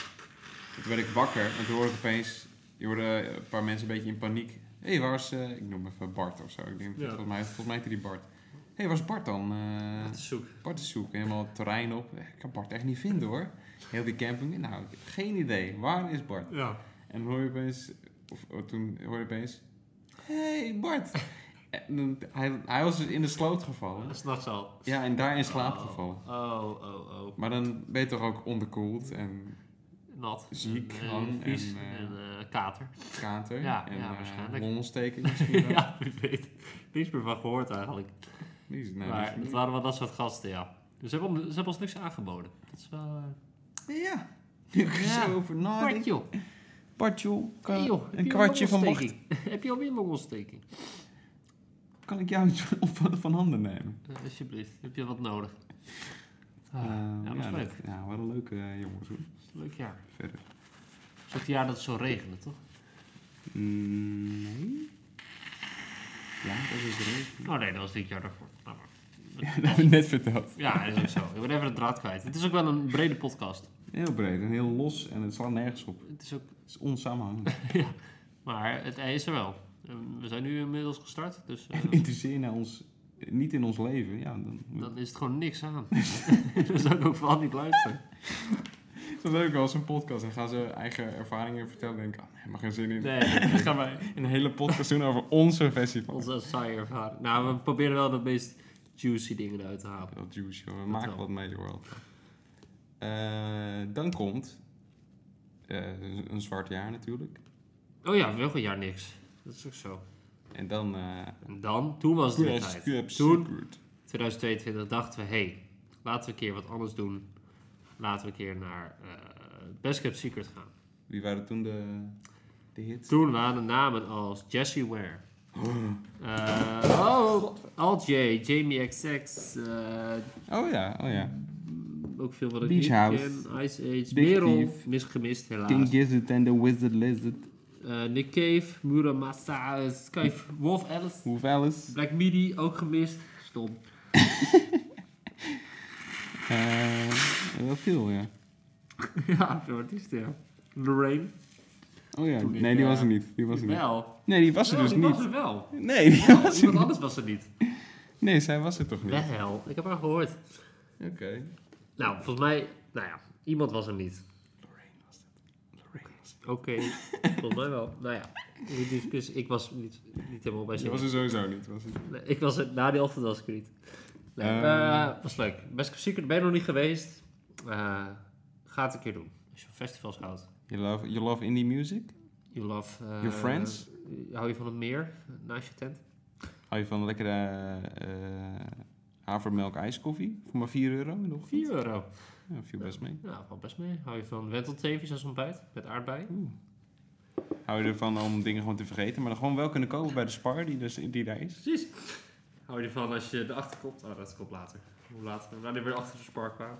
toen werd ik wakker en toen hoorde ik opeens, je hoorde een paar mensen een beetje in paniek. Hé, hey, waar is, uh, ik noem hem even Bart of zo. Ik denk, Ja. volgens mij, volgens mij heette die Bart. Hé, hey, waar is Bart dan? Uh, Het is zoek. Bart is zoek, helemaal het terrein op. Ik kan Bart echt niet vinden hoor. Heel die camping, nou, ik heb geen idee. Waar is Bart? Ja. En dan hoor je opeens, of oh, toen hoor je opeens, hé hey, Bart. En dan, hij, hij was dus in de sloot gevallen. Dat is nachts al. Ja, en daar in slaap Oh. gevallen. Oh, oh, oh. Maar dan ben je toch ook onderkoeld en Nat. ziek, en, hang uh, vies en, uh, en uh, kater. kater Ja, en ja, uh, waarschijnlijk. longontsteking misschien wel. Ja, ik weet niks meer van gehoord eigenlijk. Die is- nou, maar die is- het waren wel dat soort gasten, ja. Dus ze hebben, ze hebben ons niks aangeboden. Dat is wel... Uh... Ja, nu ik er Ja. zo over nadenk. Bart, joh. Bart, joh, kan Hey, joh. Heb een je kwartje een van macht. longontsteking? Heb je alweer longontsteking? Kan ik jou iets van, van handen nemen? Uh, alsjeblieft. Heb je wat nodig? Ah, Uh, ja, dat was ja, leuk. Dat, ja, wat een leuke uh, jongens hoor. Leuk jaar. Verder. Het was ook het jaar dat het zo regende, toch? Mm, nee. Ja, dat is het regen. Oh nee, dat was dit jaar daarvoor. Nou, maar. Ja, dat heb ik net verteld. Ja, dat is ook zo. Ik ben even de draad kwijt. Het is ook wel een brede podcast. Heel breed en heel los en het slaat nergens op. Het is ook... Het is onsamenhangend. ja, maar het ei is er wel. We zijn nu inmiddels gestart, dus... Uh, Interesseer naar ons, niet in ons leven, ja, dan... Dan is het gewoon niks aan. Dan zou ik ook vooral niet luisteren. Dat heb ik wel eens een podcast en gaan ze eigen ervaringen vertellen. En denk ik, oh, nee, helemaal geen zin in. Nee, Dan gaan wij een hele podcast doen over onze festival. Onze saaie ervaring. Nou, we proberen wel de meest juicy dingen eruit te halen. Wel juicy, hoor. We maken wat mee hoor. Uh, dan komt uh, een zwart jaar natuurlijk. Oh ja, wel een jaar niks. Dat is ook zo. En dan... Uh, en dan, toen was het weer tijd. Toen, twintig tweeëntwintig, dachten we, hé, hey, laten we een keer wat anders doen. Laten we een keer naar uh, Best Kept Secret gaan. Wie waren toen de, de hits? Toen waren namen als Jessie Ware. Uh, oh, Alt J, Jamie X X. Uh, oh ja, oh ja. Ook veel wat ik Beach niet House. ken. Ice Age. Big Merel, Thief. mis gemist helaas. King Gizzard en The Wizard Lizard. Uh, Nick Cave, Muramasa, Sky, Wolf Alice. Wolf Alice. Black Midi, ook gemist. Stom. uh, wel veel, ja. ja, veel artiesten, ja. Lorraine. Oh ja, Toen nee, ik, die uh, was er niet. Die was er niet. Wel. Nee, die was er Wel, dus die niet. was er wel. Nee, die Oh, was er iemand niet. anders was er niet. Nee, zij was er toch niet? Wel, ik heb haar gehoord. Oké. Okay. Nou, volgens mij, nou ja, iemand was er niet. Lorraine was het. Lorraine was het. Oké, okay. volgens mij wel. Nou ja, dus ik was niet, niet helemaal bij zin. Je was er sowieso niet, was het? Nee, ik was er, na die ochtend was ik er niet. Nee, uh, uh, was leuk. Best Kept Secret, ben je nog niet geweest. Uh, ga het een keer doen, als je van festivals houdt. You love, you love indie music? You love... Uh, Your friends? Hou je van het meer naast je tent? Hou je van lekkere uh, havermelk ijskoffie? Voor maar vier euro? Nog vier euro? Ja, viel best mee. Ja, valt best mee. Hou je van wentelteefjes als ontbijt? Met aardbei? Oeh. Hou je ervan om dingen gewoon te vergeten, maar dan gewoon wel kunnen kopen bij de Spar die, dus, die daar is? Precies. Hou je ervan als je erachter komt? Oh, dat komt later. Hoe later? Wanneer weer achter de Spar kwamen?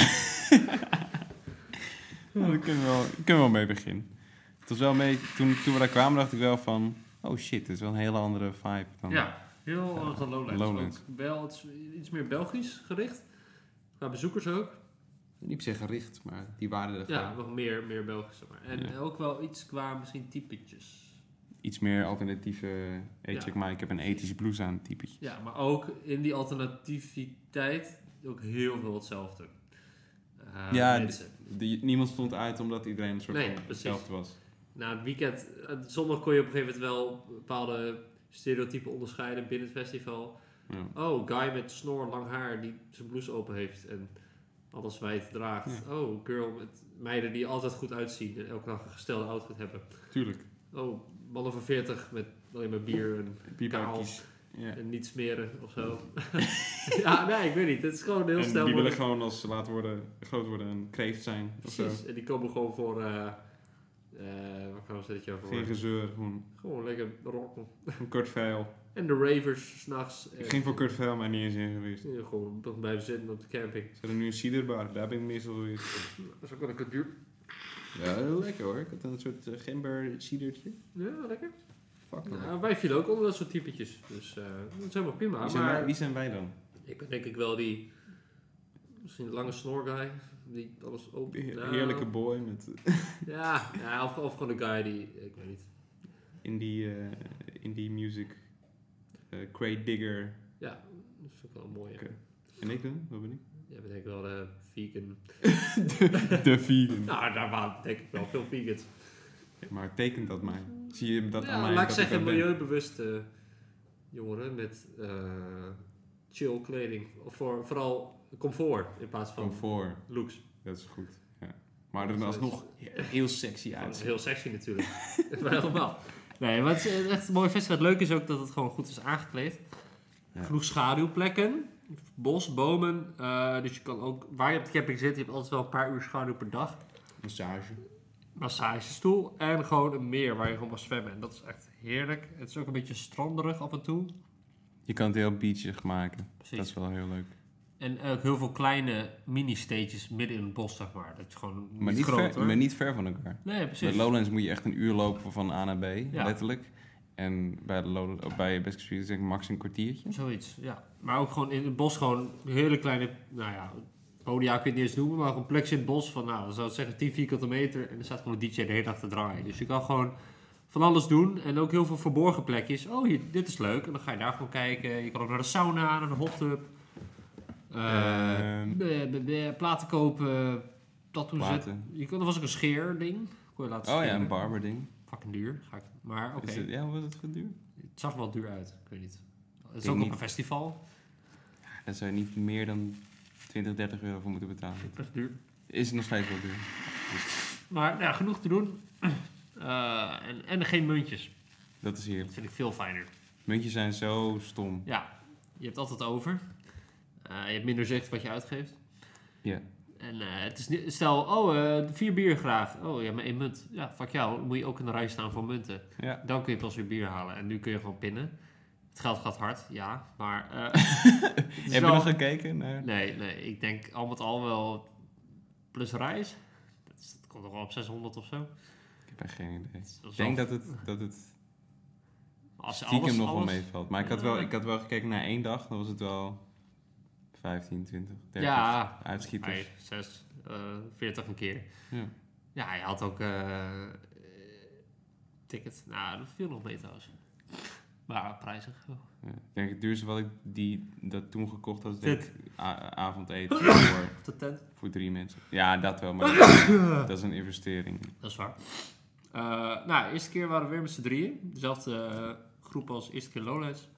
Ja, daar kunnen we wel, kunnen we wel mee beginnen. Het was wel een beetje, toen, toen we daar kwamen dacht ik wel van... Oh shit, dit is wel een hele andere vibe dan... Ja, heel anders dan Lowlands. Lowlands. Ook wel, het is iets meer Belgisch gericht. Qua bezoekers ook. Niet per se gericht, maar die waren er Ja, gewoon. nog meer, meer Belgisch. Zeg maar. En Ja. ook wel iets qua misschien typetjes. Iets meer alternatieve... Hey, Ja. check maar, ik heb een ethische blouse aan typetje. Ja, maar ook in die alternativiteit ook heel veel hetzelfde. Uh, Ja, mensen. Die, niemand stond uit omdat iedereen een soort Nee, van precies. hetzelfde was. Na het weekend, uh, zondag kon je op een gegeven moment wel bepaalde stereotypen onderscheiden binnen het festival. Ja. Oh, guy met snor, lang haar die zijn blouse open heeft en alles wijd draagt. Ja. Oh, girl met meiden die altijd goed uitzien en elke dag een gestelde outfit hebben. Tuurlijk. Oh, mannen van veertig met alleen maar bier en Piepuikjes. Ja. en niet smeren of zo. ja, nee, ik weet niet. Het is gewoon heel En snel. die willen worden. gewoon als ze laten worden, groot worden een kreeft zijn. Of zo. Precies. En die komen gewoon voor... Uh, uh, waar gaan we dit jaar voor? Geen gezeur, gewoon Gewoon lekker rocken. een Kurt Veil. En de ravers s'nachts. Ik ging voor Kurt Veil, maar niet eens in geweest. Ja, gewoon toch blijven zitten op de camping. Ze hadden nu een ciderbar, daar ben ik meestal geweest. Dat is ook wel een duur. Ja, heel lekker hoor. Ik had een soort uh, gember cidertje. Ja, lekker. Fuck Nou, wij vielen ook onder dat soort typetjes. Dus uh, dat is helemaal prima. wie, zijn maar wij, wie zijn wij dan? ik ben denk ik wel die... Misschien de lange snor guy. Die alles open... De nou, heerlijke boy met ja, ja of, of gewoon de guy die... Ik weet niet. indie, uh, indie music, uh, crate digger. Ja, dat vind ik wel mooi. Ja. Okay. En ik dan? Wat ben ik? Jij bent denk ik wel de vegan. de, de vegan. Nou, daar waren denk ik wel veel vegans. Ja, maar tekent dat mij? Zie je dat Ja, aan mij? laat ik dat zeggen dat ben? milieubewuste jongeren met uh, chill kleding. Of voor, vooral comfort in plaats van Comfort, looks. dat is goed. Ja. Maar dan Dat is alsnog heel sexy Dat is uit. heel sexy natuurlijk. Maar helemaal. Nee, maar het is echt een mooi festival. Het leuke is ook dat het gewoon goed is aangekleed. Ja. Genoeg schaduwplekken. Bos, bomen. Uh, dus je kan ook, waar je op de camping zit, je hebt altijd wel een paar uur schaduw per dag. Massage. Massagestoel en gewoon een meer waar je gewoon mag zwemmen. En dat is echt heerlijk. Het is ook een beetje stranderig af en toe. Je kan het heel beachig maken. Precies. Dat is wel heel leuk. En ook heel veel kleine mini-stages midden in het bos, zeg maar. Dat je gewoon Maar niet niet, groot, ver, hoor. maar niet ver van elkaar. Nee, precies. Bij Lowlands moet je echt een uur lopen van A naar B, Ja. letterlijk. En bij, de Lowlands, of bij Basket Street is het max een kwartiertje. Zoiets, ja. Maar ook gewoon in het bos gewoon hele kleine, nou ja, podia kun je het niet eens noemen, maar gewoon plekje in het bos van, nou, dan zou ik zeggen tien vierkante meter. En er staat gewoon een D J de hele dag te draaien. Dus je kan gewoon van alles doen en ook heel veel verborgen plekjes. Oh, hier, dit is leuk. En dan ga je daar gewoon kijken. Je kan ook naar de sauna, naar de hot tub. Uh, Ehm. be- be- be- platen kopen, tattoos Platen. zetten. Je kon, er was ook een scheer ding. Kon je laten Oh ja, scheren. een barber ding. Fucking duur. Ga ik, maar oké. Is het- Ja, wat was het voor duur? Het zag wel duur uit. Ik weet niet. Het is denk ook op niet. een festival. Daar zou je niet meer dan twintig, dertig euro voor moeten betalen. Dat is duur. Is het nog steeds wel duur? Maar nou ja, genoeg te doen. Uh, en, en geen muntjes. Dat is Dat heerlijk. vind ik veel fijner. Muntjes zijn zo stom. Ja, je hebt altijd over. Uh, je hebt minder zicht wat je uitgeeft. Ja. En uh, het is niet, stel, oh, uh, vier bier graag. Oh, ja, maar één munt. Ja, fuck jou. Dan moet je ook in de rij staan voor munten. Ja. Dan kun je pas weer bier halen. En nu kun je gewoon pinnen. Het geld gaat hard, ja. Maar uh, Heb je wel... nog gekeken naar... Nee, nee. Ik denk al met al wel plus reis. Dat, is, dat komt nog wel op zeshonderd of zo. Ik heb echt geen idee. Dat is Ik denk wel- dat het, dat het Als stiekem alles, nog wel alles- meevalt. Maar ik had, Ja. wel, ik had wel gekeken naar één dag. Dan was het wel vijftien, twintig, dertig Ja, uitschieters. vijf, zes, uh, veertig een keer. Ja. Ja, je had ook uh, ticket. Nou, dat viel nog mee trouwens. Maar prijzig. Oh. Ja. Ik denk het duurste wat ik die, dat toen gekocht had, Dit. denk ik a- avondeten voor, De tent. voor drie mensen. Ja, dat wel, maar dat, dat is een investering. Dat is waar. Uh, nou, de eerste keer waren we weer met z'n drieën. Dezelfde uh, groep als eerste keer Lowlands.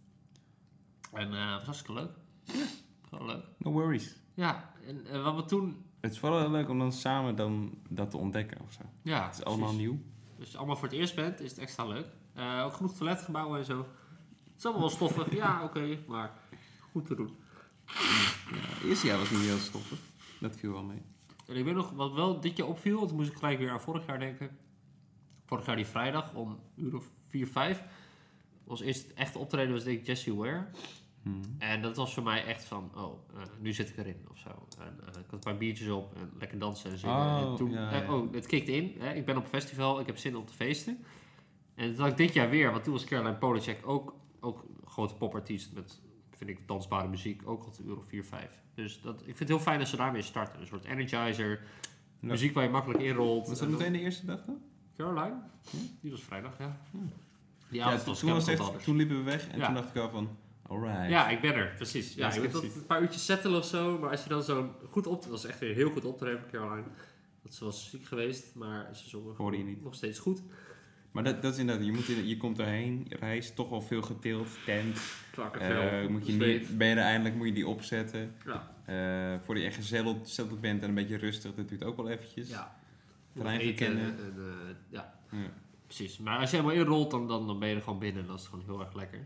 En uh, was hartstikke leuk. Ja, gewoon leuk. No worries. Ja, en uh, wat we toen... Het is vooral heel leuk om dan samen dan dat te ontdekken of zo. Ja, Het is allemaal precies. nieuw. Dus als je allemaal voor het eerst bent, is het extra leuk. Uh, ook genoeg toiletgebouwen en zo. Het is allemaal wel stoffig. Ja, oké, okay, maar goed te doen. Het eerste jaar was niet heel stoffig. Dat viel wel mee. En ik weet nog, wat wel dit jaar opviel, want toen moest ik gelijk weer aan vorig jaar denken. Vorig jaar die vrijdag om uur of vier, vijf. Was eerst het echte optreden, was denk ik Jessie Ware. Hmm. En dat was voor mij echt van, oh, uh, nu zit ik erin of zo. En, uh, ik had een paar biertjes op en lekker dansen en zingen. Oh, en toen, ja, uh, ja. oh, het kikte in. Hè? Ik ben op een festival, ik heb zin om te feesten. En dat had ik dit jaar weer, want toen was Caroline Polachek ook, ook een grote popartiest met, vind ik, dansbare muziek. Ook al een uur of vier, vijf. Dus dat, ik vind het heel fijn als ze daarmee starten. Een soort energizer, Ja. muziek waar je makkelijk inrolt. Was dat En dan- meteen de eerste dag dan? Caroline? Die was vrijdag, ja. Die Ja, avond toen, was toen, was het Chemical echt, Brothers. toen liepen we weg en Ja. toen dacht ik al van, alright. Ja, ik ben er, precies. Ja, Ja, je moet dat precies. een paar uurtjes settelen of zo, maar als je dan zo'n goed op... Dat was echt weer heel goed optreden van Caroline. Dat ze was ziek geweest, maar ze zong Hoorde je niet. nog steeds goed. Maar dat, dat is inderdaad, je, moet in, je komt erheen, je reist, toch wel veel getild, tent. Klakken Eh, veel. moet je zweet. niet, ben je er eindelijk, moet je die opzetten. Ja. Eh voor je echt gezetteld gezetteld bent en een beetje rustig, dat duurt ook wel eventjes. Ja. Terrein Eten verkennen. en, eh, ja, Ja. precies. Maar als je helemaal inrolt, dan, dan, dan ben je er gewoon binnen en dat is gewoon heel erg lekker.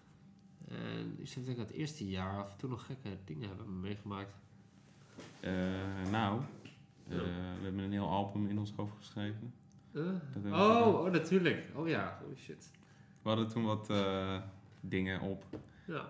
En ik denk dat het eerste jaar af en toe nog gekke dingen hebben meegemaakt. Eh, nou, eh, Ja. we hebben een heel album in ons hoofd geschreven. Uh, hebben we oh, gedaan. oh, natuurlijk. Oh ja, oh shit. We hadden toen wat eh, dingen op. Ja.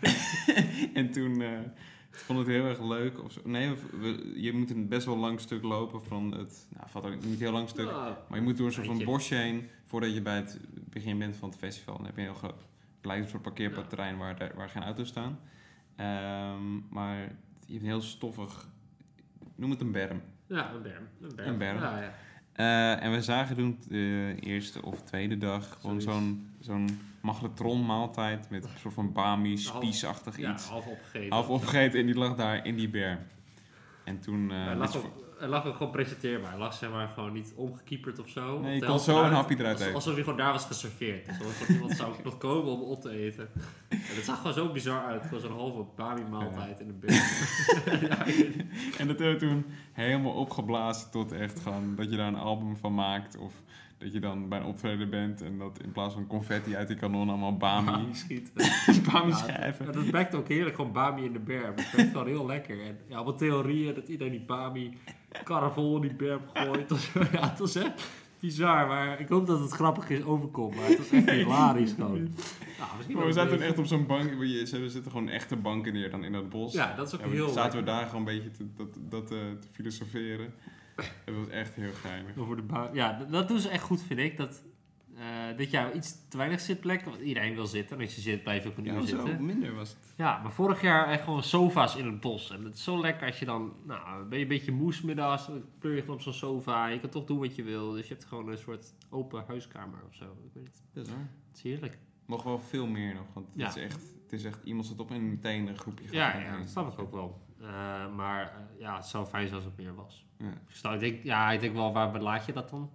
En toen uh, vond het heel erg leuk. Of zo. Nee, we, we- je moet een best wel lang stuk lopen van het... Nou, valt ook niet heel lang stuk. Ah, Maar je moet door een soort van Eindje. bosje heen voordat je bij het begin bent van het festival. Dan heb je een heel groot... Het lijkt een soort parkeerterrein waar, daar- waar geen auto's staan. Ehm, maar je hebt een heel stoffig... Noem het een berm. ja, een berm. Een berm. Een berm. Ja, ja. Eh, en we zagen toen de eerste of tweede dag gewoon Zoiets. zo'n zo'n magnetronmaaltijd met een soort van bami, spiesachtig Ja, iets. half opgegeten. Half opgegeten en die lag daar in die berm. En toen... eh, hij, dit lag is ook, hij lag ook gewoon presenteerbaar. Hij lag zeg maar gewoon niet omgekieperd of zo. Nee, Of je de kon helft zo een eruit. hapje eruit Alsof- eten. Alsof hij gewoon daar was geserveerd. Dus alsof iemand zou nog komen om op te eten. En het zag gewoon zo bizar uit. Gewoon zo'n halve bami maaltijd in een berm. Ja, ik weet niet. En dat hebben we toen helemaal opgeblazen tot echt gewoon dat je daar een album van maakt. Of dat je dan bij een optreden bent en dat in plaats van confetti uit die kanon allemaal bami, Bami schiet. bami Ja, schijven. ja, dat bekt ook heerlijk, gewoon bami in de berm. Het bekt gewoon heel lekker. En ja, allemaal theorieën dat iedereen die bami karrevol in die berm gooit. Of zo. Ja, het was echt... bizar, maar ik hoop dat het grappig is overkomt. Maar het was echt hilarisch gewoon. Nou, misschien Maar we zaten toen echt op zo'n bank. We zitten gewoon echte banken neer dan in dat bos. Ja, dat is ook en we heel zaten lekker. we daar gewoon een beetje te, dat, dat, uh, te filosoferen. Dat was echt heel geinig. Over de bouw. Ja, dat, dat doen ze echt goed, vind ik. Dat, uh, dit jaar iets te weinig zitplekken, want iedereen wil zitten. En als je zit, blijf je ook een Ja, uur zo zitten. minder was het. Ja, maar vorig jaar echt gewoon sofa's in het bos. En het is zo lekker als je dan, nou, ben je een beetje moes middags, dan pleur je gewoon op zo'n sofa. Je kan toch doen wat je wil. Dus je hebt gewoon een soort open huiskamer of zo. Ik weet niet. Dat is waar. Het is heerlijk. Nog wel veel meer nog, want het, Ja. is echt, het is echt, iemand zit op en meteen een groepje gaat. Ja, naar ja, beneden. dat snap ik ook wel. Uh, maar uh, ja, het zou fijn zijn als het meer was. Ja. Dus nou, ik denk, ja, ik denk wel, waar waar laat je dat dan?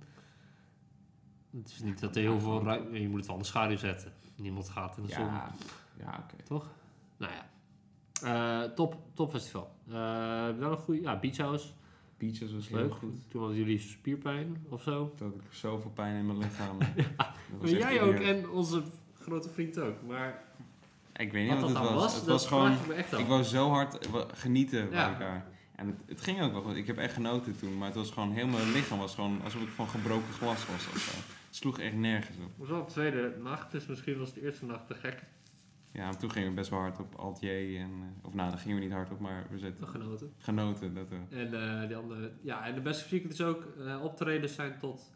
Het is niet dat er heel veel ruimte... Je moet het wel in de schaduw zetten. Niemand gaat in de zon. Ja, ja oké. Toch? Nou ja. Uh, top, top festival. Uh, wel een goede... Ja, Beach House. Beaches was Leuk. heel goed. Toen hadden jullie spierpijn of zo. Toen had ik zoveel pijn in mijn lichaam. ja. Maar jij ook en onze grote vriend ook. Maar ik weet niet wat wat, dat het dan was. was, Het dat was gewoon... vraag ik me echt af. Ik wou zo hard genieten Ja. bij elkaar. En het, het ging ook wel goed. Ik heb echt genoten toen. Maar het was gewoon... Heel mijn lichaam was gewoon alsof ik van gebroken glas was of zo. Het sloeg echt nergens op. Het was wel de tweede nacht, dus misschien was de eerste nacht te gek. Ja, maar toen gingen we best wel hard op Altier. En, of nou, daar gingen we niet hard op, maar we zitten Genoten. genoten. Dat, uh, En uh, die andere... Ja, en de beste frequent is ook... Uh, optredens zijn tot...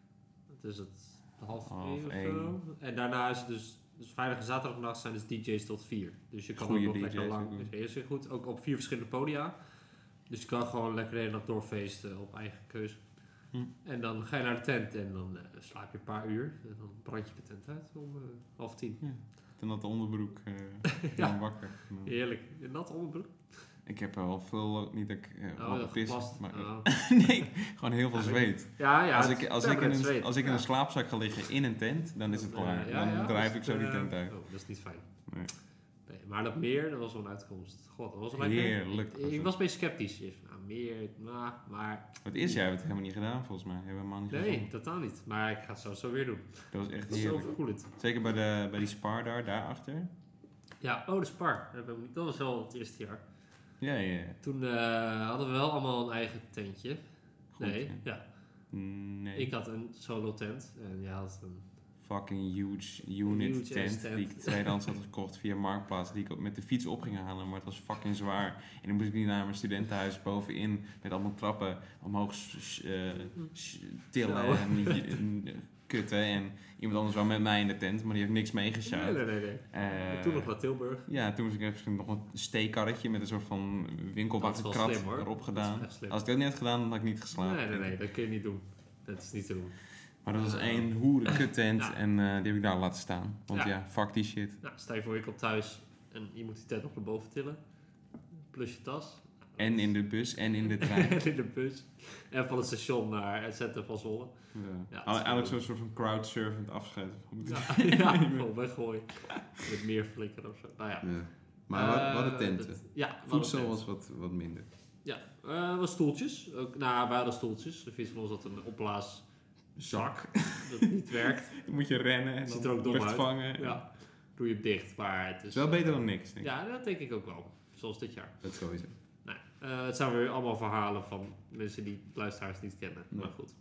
Wat is het? Half, Half één of één. zo. En daarna is het dus... Dus vrijdag en zaterdagnacht zijn dus D J's tot vier. Dus je kan Goeie ook nog D J's lekker lang... ook. Dus heel goed. Ook op vier verschillende podia. Dus je kan gewoon lekker de hele nacht doorfeesten op eigen keuze. Hm. En dan ga je naar de tent en dan uh, slaap je een paar uur. En dan brand je de tent uit om uh, half tien. Ja. Toen had de onderbroek uh, Ja. ja. wakker. Heerlijk. In dat onderbroek? Ik heb al veel, niet dat ik uh, Oh, lopen dat pissen, geplast. maar Oh. nee, gewoon heel veel Ja, zweet. Ja, ja. als het ik, als is ik, in, zweet. een, als ik in Ja. een slaapzak ga liggen in een tent, dan is het Uh, klaar. ja, dan ja, drijf dus ik zo het, die uh, tent uit. Oh, dat is niet fijn. Nee. Nee, maar dat meer, dat was wel een uitkomst. God, dat was wel lekker. Heerlijk. Ik, was ik het. was een beetje sceptisch. Nou, meer, nou, maar... Het eerste jaar hebben we het helemaal niet gedaan, volgens mij. Hebben we helemaal niet Nee, gezien. totaal niet. Maar ik ga het zo, zo weer doen. Dat was echt Dat is zo heerlijk. verkoelend. Zeker bij, de, bij die spar daar, daarachter. Ja, oh, de Spar. Dat, hebben we niet- dat was wel het eerste jaar. Ja, ja, ja. Toen uh, hadden we wel allemaal een eigen tentje. Goed, nee, ja. ja. Nee. Ik had een solo tent en jij had een... Fucking huge unit Huge tent, ass tent. die ik tweedehands had gekocht via Marktplaats, die ik op- met de fiets op ging halen, maar het was fucking zwaar. En dan moest ik niet naar mijn studentenhuis bovenin met allemaal trappen omhoog s- s- eh, s- tillen Zo. en, en kutten. En iemand anders wel met mij in de tent, maar die heeft niks meegesjouwd. Nee, nee, nee. nee. Eh, En toen nog naar Tilburg. Ja, toen was ik misschien nog een steekkarretje met een soort van Dat is wel winkelwagenkrat slim, hoor. erop Dat gedaan. is echt slim. Als ik dat niet had gedaan, dan had ik niet geslapen. Nee, nee, nee. Dat kun je niet doen. Dat is niet te doen. Maar dat was Ja. één hoere kuttent Ja. en eh, die heb ik daar laten staan. Want Ja. ja, fuck die shit. Nou, stel je voor je komt thuis en je moet die tent nog naar boven tillen. Plus je tas. En in de bus en in de trein. En in de bus. En van het station naar het centrum van Zwolle. Ja. Ja, Al- Eigenlijk zo'n soort van crowdsurfend afscheid. Ja, ja, gewoon weggooien. Met meer flikker of zo. Nou ja. Ja. Maar we, we hadden Eh, tenten. dat- ja, we hadden Voedsel tent. was wat, wat minder. Ja, uh, was stoeltjes. Ook, nou, wij hadden stoeltjes. De fiets van ons had een opblaaszak dat niet werkt. Dan moet je rennen en Ziet dan er ook dom lucht uit. vangen. Ja, doe je hem dicht. Maar het Het is... is wel beter dan niks, denk ik. Ja, dat denk ik ook wel. Zoals dit jaar. Dat sowieso. Nou, uh, het zijn weer allemaal verhalen van mensen die luisteraars niet kennen. Nee. Maar goed.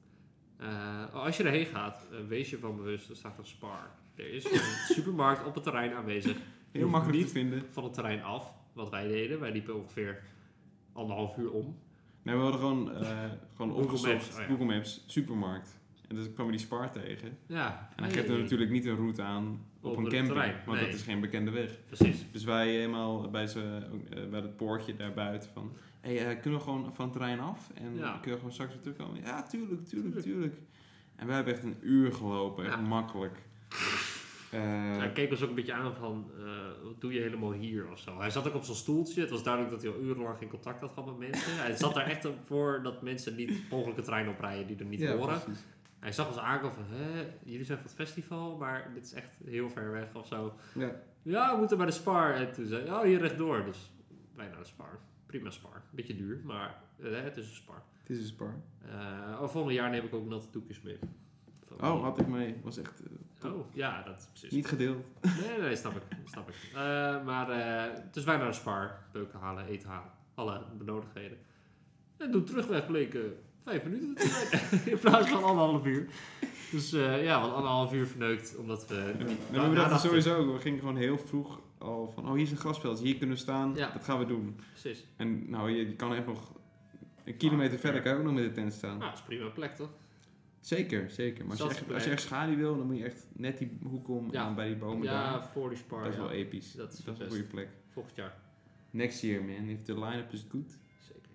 Uh, als je erheen gaat, uh, wees je van bewust, er staat een Spar. Er is een supermarkt op het terrein aanwezig. Je Heel hoeft makkelijk niet te vinden. van het terrein af, wat wij deden. Wij liepen ongeveer anderhalf uur om. Nee, we hadden gewoon, eh gewoon Google opgezocht. Maps, oh ja. Google Maps, supermarkt. En dus kwam je die Spar tegen. Ja, En hij geeft er natuurlijk niet een route aan op Op een het camping. terrein, Want nee. dat is geen bekende weg. Precies. Dus wij eenmaal bij, ze, eh, bij het poortje daar buiten van... Hé, hey, uh, kunnen we gewoon van het terrein af? En Ja. kunnen we gewoon straks weer terugkomen? Ja, tuurlijk, tuurlijk, tuurlijk. En wij hebben echt een uur gelopen. Echt Ja. makkelijk. Uh, Hij keek ons ook een beetje aan van, uh, wat doe je helemaal hier of zo. Hij zat ook op zijn stoeltje. Het was duidelijk dat hij al urenlang geen contact had gehad met mensen. Hij zat daar echt voor dat mensen niet mogelijk het terrein oprijden die er niet Ja, horen. precies. Hij zag ons aankomen van, hè, jullie zijn van het festival, maar dit is echt heel ver weg of zo. Ja. Ja, we moeten bij de Spar. En toen zei hij, oh, hier rechtdoor. Dus wij naar de Spar. Prima Spar. Beetje duur, maar uh, het is een Spar. Het is een Spar. Uh, oh, volgend jaar neem ik ook natte doekjes mee. Van oh, die- had ik mee. Was echt uh, Oh, ja, dat is precies. niet gedeeld. Nee, nee, snap ik. Snap ik. Uh, maar uh, dus wij naar de Spar, beuken halen, eten halen, alle benodigdheden. En toen terugweg bleek uh, vijf minuten. In plaats van anderhalf uur. Dus uh, ja, want anderhalf uur verneukt, omdat we... Ja. niet- En we dachten dachten- sowieso ook. We gingen gewoon heel vroeg al van... Oh, hier is een grasveld. Hier kunnen we staan. Ja. Dat gaan we doen. Precies. En nou, je, je kan echt nog... Een kilometer Ah, verder ja. kan je ook nog met de tent staan. Nou, dat is prima plek, toch? Zeker, zeker. Maar als je, Zelfs echt, plek. als je echt schaduw wil, dan moet je echt net die hoek om Ja. en dan bij die bomen Ja, daar. voor die spar. Dat is ja. wel episch. Dat is Dat wel is een best. goede plek. Volgend jaar. Next year, man. If the line-up is good. Zeker.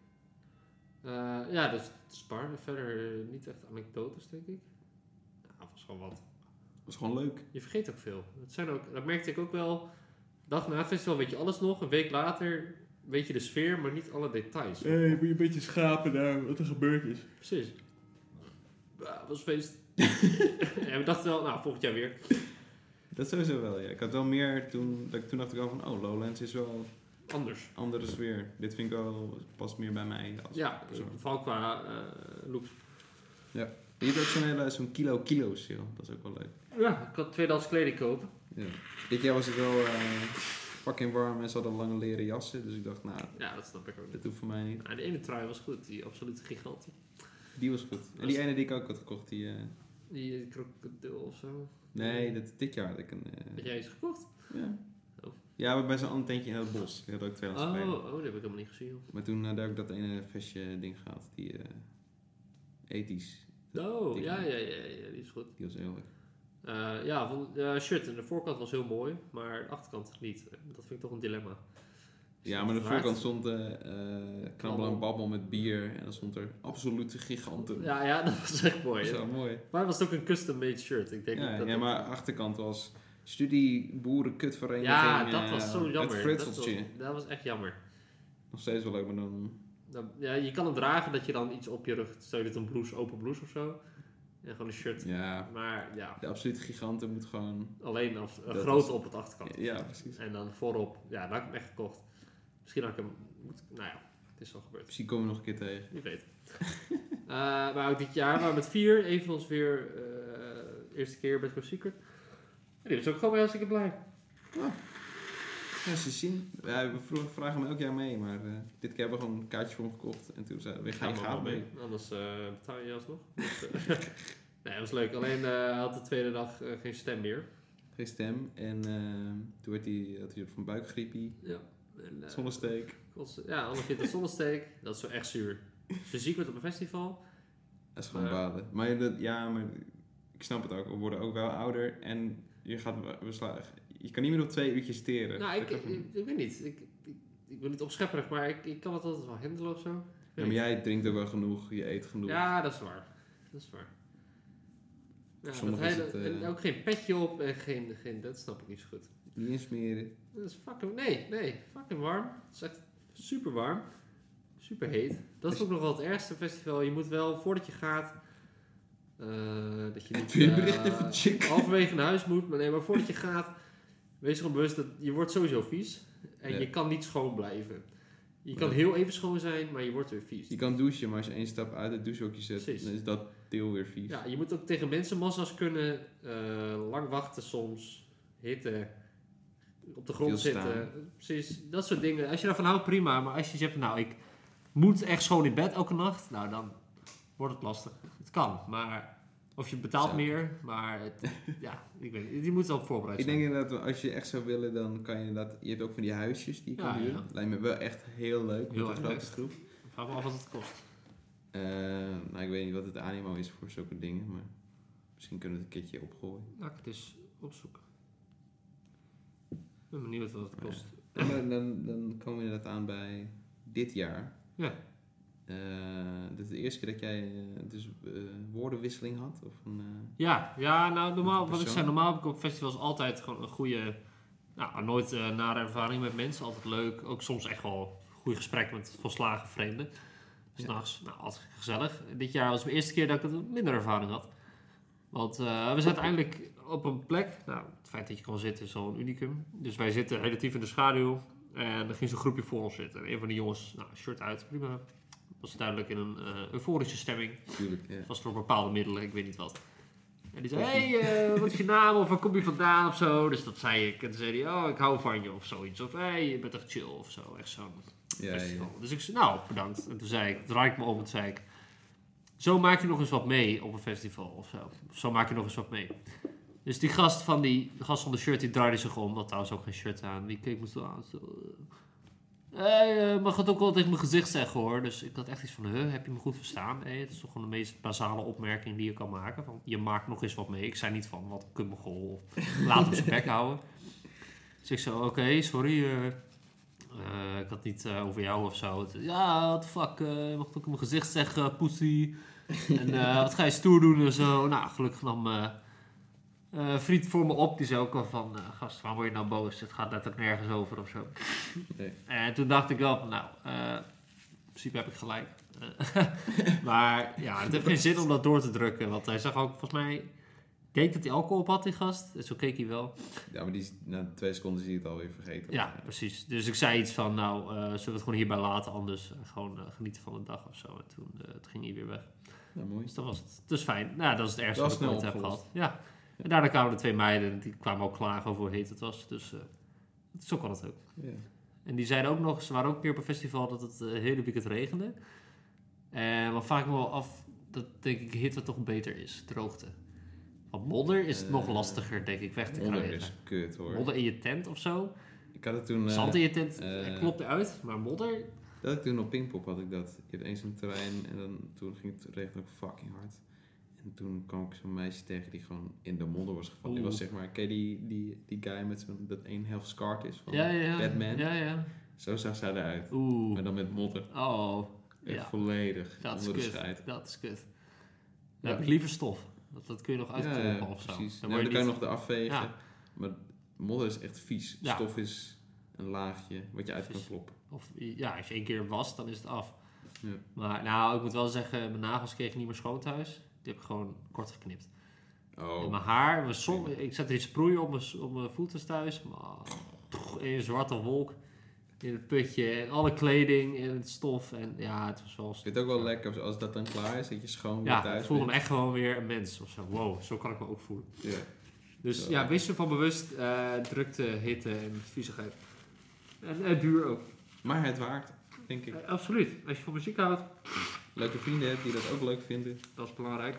Uh, ja, dus de spar. Verder uh, niet echt anekdotes, denk ik. Nou, dat was gewoon wat. Dat is gewoon leuk. Je vergeet ook veel. Dat, zijn ook, dat merkte ik ook wel. Dag na het festival weet je alles nog. Een week later weet je de sfeer, maar niet alle details. Nee, je moet je een beetje schapen naar wat er gebeurd is. Precies. Ja, het was feest. En we dachten wel, nou, volgend jaar weer. Dat sowieso wel, ja. Ik had wel meer toen... Dat ik, toen dacht ik al van... Oh, Lowlands is wel Anders. andere sfeer. Dit vind ik wel... Past meer bij mij. Als Ja, persoon. vooral qua uh, looks. Je hebt ook zo'n hele... Zo'n kilo-kilo sale. Dat is ook wel leuk. Ja, ik had tweedehands kleding kopen. Ja. Dit jaar was het wel... Uh, fucking warm en ze hadden lange leren jassen. Dus ik dacht, nou... Ja, dat snap ik ook niet. Dat hoeft voor mij niet. Nou, die ene trui was goed, die absolute gigant. Die was goed. En die ene die ik ook had gekocht, die... Uh, Die krokodil of zo. nee, dat, dit jaar had ik een... Uh, Had jij iets gekocht? ja. Oh. Ja, maar bij zo'n ander tentje in het bos. Die had ook twee Oh, spelen. oh, dat heb ik helemaal niet gezien. Joh. Maar toen uh, daar heb ik dat ene vestje ding gehad. Die uh, ethisch. Oh, Die- ja, ja, ja, ja, die is goed. Die was heel leuk. Uh, ja, van, uh, shirt. En de voorkant was heel mooi, maar de achterkant niet. Dat vind ik toch een dilemma. Is Ja, dat maar de waard? voorkant stond uh, uh, knabbel en babbel met bier. En dan stond er absolute giganten. Ja, ja, dat was echt mooi. Dat is Hè? wel mooi. Maar het was ook een custom-made shirt. Ik denk Ja, niet dat ja, het- maar achterkant was studie boerenkutvereniging. ja, dat uh, was zo jammer. Het Dat frutseltje. was, dat was echt jammer. Nog steeds wel leuk, maar dan... Dan, ja, je kan hem dragen dat je dan iets op je rug... Stel je dit een blouse, open blouse of zo. En gewoon een shirt. Ja, Maar ja, de absolute giganten moet gewoon... alleen als, een Dat grote was- op het achterkant. Ja, precies. En dan voorop, ja, daar heb ik hem echt gekocht. Misschien had ik hem... Moet, nou ja, het is al gebeurd. Misschien komen we nog een keer tegen. Wie weet. uh, maar ook dit jaar waren we met vier. Een van ons weer uh, eerste keer Best Go Secret. En die was ook gewoon weer hartstikke blij. Ja, ze zien. Ja, we vroegen, vragen hem elk jaar mee, maar uh, dit keer hebben we gewoon een kaartje voor hem gekocht. En toen zeiden we, ga je nog gaan wel mee. Anders uh, betaal je alsnog. Dus, uh, nee, dat was leuk. Alleen uh, hij had de tweede dag uh, geen stem meer. Geen stem. En uh, toen werd hij, had hij van buikgriepie, Ja. En, uh, zonnesteek. kost- ja, anders vindt het zonnesteek. Dat is zo echt zuur. Als je ziek wordt op een festival. Dat is gewoon Maar- baden. Maar dat, ja, maar ik snap het ook. We worden ook wel ouder en je gaat beslagen. Je kan niet meer op twee uurtjes steren. Nou, ik, Dat ik, kan ik, ik weet niet. Ik, ik, ik ben niet opschepperig, maar ik, ik kan het altijd wel handelen of zo. Ik ja, weet maar niet. jij drinkt ook wel genoeg, je eet genoeg. Ja, dat is waar. Dat is waar. Ja, dat Sommigen is hele, het, uh, en ook geen petje op en geen, geen... Dat snap ik niet zo goed. Niet insmeren. Dat is fucking... Nee, nee. Fucking warm. Het is echt super warm. Super heet. Dat is ook nog wel het ergste festival. Je moet wel, voordat je gaat... eh, dat je niet... Weer eh, bericht even checken. halverwege naar huis moet. Maar nee, maar voordat je gaat... Wees er gewoon bewust dat je wordt sowieso vies. En Ja. je kan niet schoon blijven. Je Ja. kan heel even schoon zijn, maar je wordt weer vies. Je kan douchen, maar als je één stap uit het douchehokje zet, Precies. dan is dat deel weer vies. Ja, je moet ook tegen mensenmassa's kunnen. eh, lang wachten soms. Hitte. Op de grond Veel zitten. staan. Precies, dat soort dingen. Als je daarvan houdt, prima. Maar als je zegt, van, nou, ik moet echt schoon in bed elke nacht. Nou, dan wordt het lastig. Het kan, maar... Of je betaalt Zo. meer, maar... Het, ja, ik weet niet. Die moet wel voorbereid Ik zijn. denk inderdaad, als je echt zou willen, dan kan je inderdaad... Je hebt ook van die huisjes die je Ja, kan huren. ja. Lijkt me wel echt heel leuk, Heel met een erg grote groep. Vraag me af wat het kost. Eh, nou, ik weet niet wat het animo is voor zulke dingen, maar misschien kunnen we het een keertje opgooien. Laat ik het eens opzoeken. Ik ben benieuwd wat het Ja. kost. En dan, dan, dan komen we inderdaad aan bij dit jaar. Ja. Eh, dit is de eerste keer dat jij eh, dus eh, woordenwisseling had? Of een, eh, Ja, ja, nou normaal, wat ik persoon? zei, normaal heb ik op festivals altijd gewoon een goede, nou nooit uh, nare ervaring met mensen, altijd leuk. Ook soms echt wel goede gesprekken met volslagen vreemden. S'nachts, nou altijd gezellig. Dit jaar was de eerste keer dat ik het minder ervaring had. Want uh, we zaten eigenlijk op een plek, nou het feit dat je kan zitten is al een unicum. Dus wij zitten relatief in de schaduw en er ging zo'n groepje voor ons zitten. En een van die jongens, nou shirt uit, prima. Was duidelijk in een uh, euforische stemming. Tuurlijk, ja. Vast door bepaalde middelen, ik weet niet wat. En die zei, hé, hey, uh, wat is je naam? Of waar kom je vandaan? Of zo. Dus dat zei ik. En toen zei hij, oh, ik hou van je of zoiets. Of, hé, hey, je bent echt chill of zo. Echt zo'n Ja, festival. ja. Dus ik zei, nou, bedankt. En toen zei ik, draai ik me om en zei ik, zo maak je nog eens wat mee op een festival of zo. Of zo maak je nog eens wat mee. Dus die gast van die de gast van de shirt, die draaide zich om. Dat trouwens ook geen shirt aan. Die keek me zo aan. Zo, uh, hey, uh, mag het ook wel tegen mijn gezicht zeggen hoor. Dus ik had echt iets van, huh, heb je me goed verstaan? Hey, het is toch gewoon de meest basale opmerking die je kan maken. Van, je maakt nog eens wat mee. Ik zei niet van, wat een kutmogol. Of laat hem zijn bek houden. Dus ik zo, oké, okay, sorry. Uh, uh, ik had niet uh, over jou of zo. Het, ja, what the fuck. Uh, je mag het ook in mijn gezicht zeggen, pussy. En uh, wat ga je stoer doen en zo. Nou, gelukkig nam uh, uh, vriend voor me op. Die zei ook al van, uh, gast, waarom word je nou boos? Het gaat letterlijk nergens over of zo. Nee. En toen dacht ik wel van, nou, uh, in principe heb ik gelijk. Uh, maar ja, het heeft geen zin om dat door te drukken. Want hij zag ook, volgens mij, ik denk dat hij alcohol op had, die gast. Dus zo keek hij wel. Ja, maar die is, na twee seconden zie je het alweer vergeten. Ja, precies. Dus ik zei iets van, nou, uh, zullen we het gewoon hierbij laten, anders uh, gewoon uh, genieten van de dag of zo. En toen, uh, toen ging hij weer weg. Ja, mooi. Dus dat was het. Dus fijn. Nou, dat is het ergste Dat wat ik was ooit heb snel gehad. Ja. En daarna kwamen de twee meiden en die kwamen ook klagen over hoe heet het was. Dus uh, zo kan het ook. Ja. En die zeiden ook nog, ze waren ook een keer op een festival dat het uh, hele weekend regende. En wat vaak me wel af, dat denk ik hitte toch beter is, droogte. Want modder is het Uh, nog lastiger, denk ik, weg te Modder krijgen. is kut hoor. Modder in je tent of zo. Ik had het toen... Uh, Zand in je tent uh, klopt eruit, maar modder... Dat had ik toen op Pinkpop had ik dat. Je hebt eens een terrein en dan, toen ging het regenen ook fucking hard. En toen kwam ik zo'n meisje tegen die gewoon in de modder was gevallen. Die Oeh. was zeg maar, ken je die, die, die guy met zo'n, dat één helft scarred is van Ja, ja, ja. Batman? Ja, ja. Zo zag zij eruit. Oeh. Maar dan met modder. Oh. Echt Ja. volledig Dat is onder de kut. scheid. Dat is kut. Ja. Ja, liever stof. Dat, dat kun je nog Ja, uitkloppen ja, of zo. precies. Dan Dan, word dan je kan je niet- nog de afvegen. Ja. Maar modder is echt vies. Ja. Stof is een laagje wat je uit kan Precies. kloppen. Of ja, als je één keer wast, dan is het af. Ja. Maar nou, ik moet wel zeggen, mijn nagels kreeg ik niet meer schoon thuis. Die heb ik gewoon kort geknipt. Oh. En mijn haar, mijn som, ik zette die sproeien op mijn, op mijn voeten thuis. Maar pff, een zwarte wolk in het putje. En alle kleding in het stof. En ja, het was wel... Ik vind het ook wel lekker als dat dan klaar is, dat je schoon weer Ja, thuis ik voelde me bent. echt gewoon weer een mens of zo. Wow, zo kan ik me ook voelen. Ja. Dus Zo. ja, wees je van bewust. Uh, drukte, hitte en viezigheid. En uh, duur ook. Maar het waard, denk ik. Uh, absoluut. Als je van muziek houdt, Leuke vrienden hebt die dat ook leuk vinden. dat is belangrijk.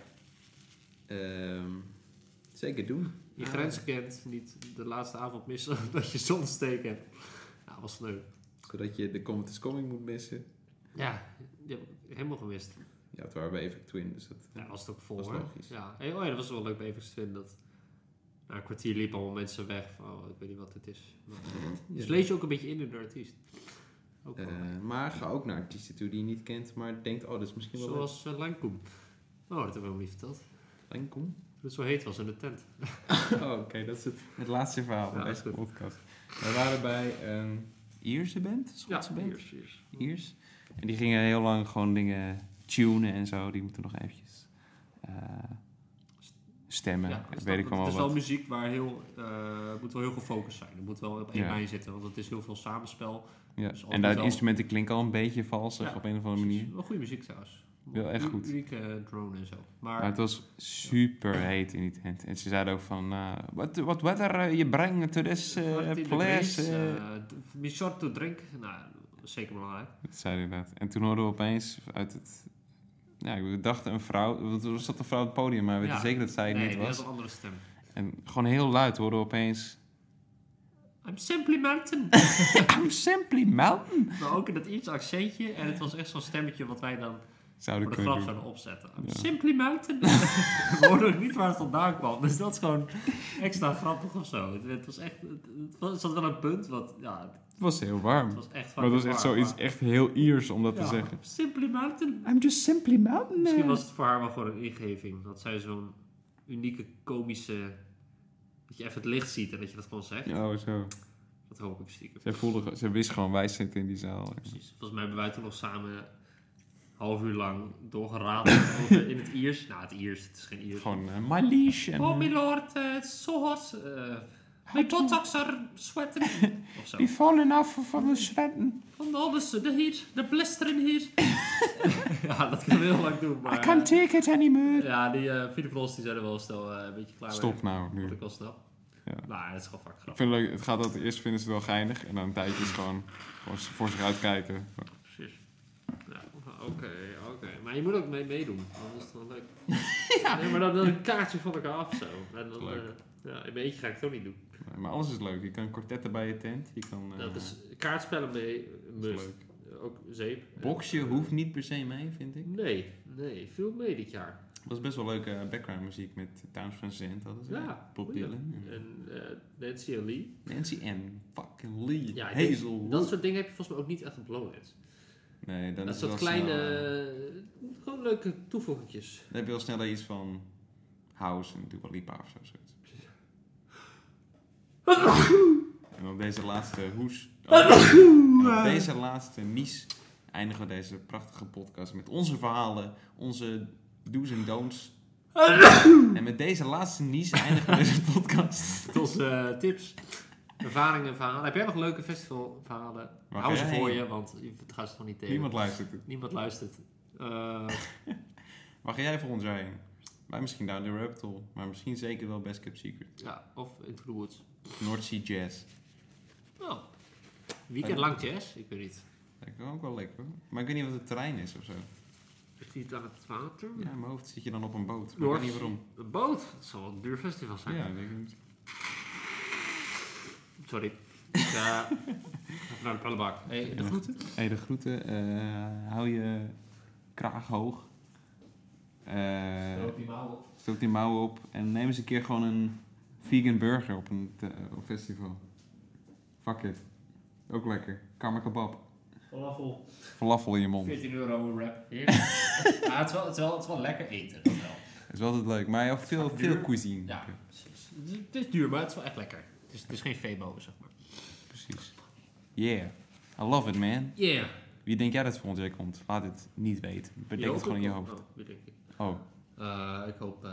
Ehm, zeker doen. Je Ah. grenzen kent, niet de laatste avond missen dat je zonnesteek hebt. Ja, was leuk. Zodat je de Comet is Coming moet missen. Ja, die heb ik helemaal gemist. Ja, het waren bij Epic Twin, dus dat... Ja, was het ook vol Dat is hoor. logisch. Ja. Hey, oh ja, dat was wel leuk bij Evans Twin. Dat na een kwartier liepen allemaal mensen weg van, oh, ik weet niet wat dit is. Maar, dus Ja. lees je ook een beetje in de artiest. Ook wel. Eh, maar ga ook naar artiesten toe die je niet kent, maar denkt, oh, dat is misschien wel leuk. Zoals uh, Lankoem. Oh, dat hebben we helemaal niet verteld. Lincoln? Toen het zo heet was in de tent. Oh, oké, dat is het, het laatste verhaal van Ja, deze dat is goed. podcast. We waren bij een Ierse band, Schotse band. Iers, Iers. Iers. En die gingen heel lang gewoon dingen tunen en zo. Die moeten nog eventjes eh, stemmen. Ja, dat dus weet dat- ik wel het is wat. wel muziek waar heel, uh, moet wel heel gefocust zijn. Het moet wel op één Ja. lijn zitten, want het is heel veel samenspel. Ja. dus En altijd de wel- instrumenten klinken al een beetje valsig Ja, op een of andere Precies. manier. Wel goede muziek trouwens. Wel echt U- goed. Unieke uh, drone en zo. Maar, Maar het was super heet in die tent. En ze zeiden ook van, uh, what, what weather uh, you bring to this uh, fourteen place? degrees, uh?" uh, d- be sure to drink. Nou, dat is zeker belangrijk. Dat zei hij inderdaad. En toen hoorden we opeens uit het... Ja, we dachten een vrouw... want Er zat een vrouw op het podium, maar we weten Ja. zeker dat zij het nee, niet die was. had een andere stem. En gewoon heel luid hoorden we opeens... I'm simply Mountain. I'm simply Mountain. Maar ook in dat Ierse accentje. En het was echt zo'n stemmetje wat wij dan Zouden voor de kunnen grap doen. zouden opzetten. I'm Ja. simply Mountain. We hoorden ook niet waar het vandaan kwam. Dus dat is gewoon extra grappig of zo. Het, het was echt... Het, het was, het zat wel een punt wat... Ja, Het was heel warm. het was echt Maar het was fucking echt warm, zoiets maar- echt heel Iers om dat Ja, te zeggen. Simply Mountain. I'm just simply Mountain. Misschien was het voor haar wel gewoon een ingeving. Dat zij zo'n unieke, komische... Dat je even het licht ziet en dat je dat gewoon zegt. Oh, zo. Dat hoop ik stiekem. Zij, voelde, zij wist gewoon, wij zitten in die zaal. Precies. Volgens mij hebben wij toen nog samen een half uur lang doorgeradeld over in het Iers. Nou, het Iers, het is geen Iers. Gewoon uh, my leash. En, Oh, my lord, uh, it's so hot. Uh, my buttocks are sweating. Of zo. be falling off van de sweaten. Van alles, de heat, de blistering hier. Ja, dat kunnen we heel lang doen. Maar, I can't take it anymore. Ja, die uh, Philip Ross die zijn er wel snel uh, een beetje klaar Stop mee. nou, nu. Wat ik wel snap. Ja. Nou, het is gewoon vaak Ik grappig. vind het leuk, het gaat dat eerst vinden ze het wel geinig en dan een tijdje is gewoon, gewoon voor zich uitkijken. Precies. Ja, oké, oké. Maar je moet ook mee meedoen, dan is het wel leuk. ja. Nee, maar dan, dan een kaartje van elkaar af zo. En dan, Leuk. Uh, ja, in mijn eentje ga ik het ook niet doen. Nee, maar alles is leuk. Je kan kwartetten bij je tent. Je kan... Uh, Dat is kaartspellen mee, dat is must. leuk. Ook zeep. Boxje hoeft niet per se mee, vind ik. Nee, nee, veel mee dit jaar. Dat was best wel leuke background muziek met Towns Van Zandt. Hadden ze. Ja, Bob goeie. Dylan. En uh, Nancy en Lee. Nancy en fucking Lee. Ja, ik denk, Hazel. dat soort dingen heb je volgens mij ook niet echt op Lowlands. Nee, dan Dat is soort het kleine, wel snel, uh, gewoon leuke toevoegingjes. Dan heb je wel sneller iets van House en Dua Lipa of zo. Zoiets. En op deze laatste hoes... Oh, en op deze laatste nies eindigen we deze prachtige podcast met onze verhalen, onze do's en don'ts. En met deze laatste nies eindigen we deze podcast. Met onze uh, tips, ervaringen, verhalen. Heb jij nog leuke festivalverhalen? Waar Hou ga ze jij voor heen? je, want je gaat ze toch niet tegen. Niemand luistert het. Niemand luistert. Uh, Waar ga jij volgend jaar heen? Wij misschien Down the Rabbit Hole, maar misschien zeker wel Best Kept Secret. ja, of Into the Woods. North Sea Jazz. Oh. Weekend lang jazz? Ik weet niet. Dat is ook wel lekker hoor. Maar ik weet niet wat het terrein is of zo. Is die het aan het water? Ja, in mijn hoofd zit je dan op een boot. Maar ik weet niet waarom. Een boot? Dat zal wel een duur festival zijn. Ja, weet ik niet. Sorry. Ik ga even naar de prullenbak. Hey, de groeten? Hey, de groeten. Uh, hou je kraag hoog. Uh, Stoot die mouw op. stoot die mouwen op. En neem eens een keer gewoon een vegan burger op een, te, op een festival. Fuck it. Ook lekker. Karma kebab. Falafel. Falafel in je mond. veertien euro een wrap. Heerlijk. Ja, het is, wel, het, is wel, het is wel lekker eten. Dat wel. Het is wel altijd leuk. Maar je hebt veel, Het is veel duur. cuisine. Ja, precies. Het is, het is duur, maar het is wel echt lekker. Het is, het is geen Febo, zeg maar. Precies. Yeah. I love it, man. Yeah. Wie denk jij dat volgend jaar komt? Laat het niet weten. Bedenk het gewoon in je hoofd. Oh, wie denk ik? Oh, Uh, ik hoop... Uh,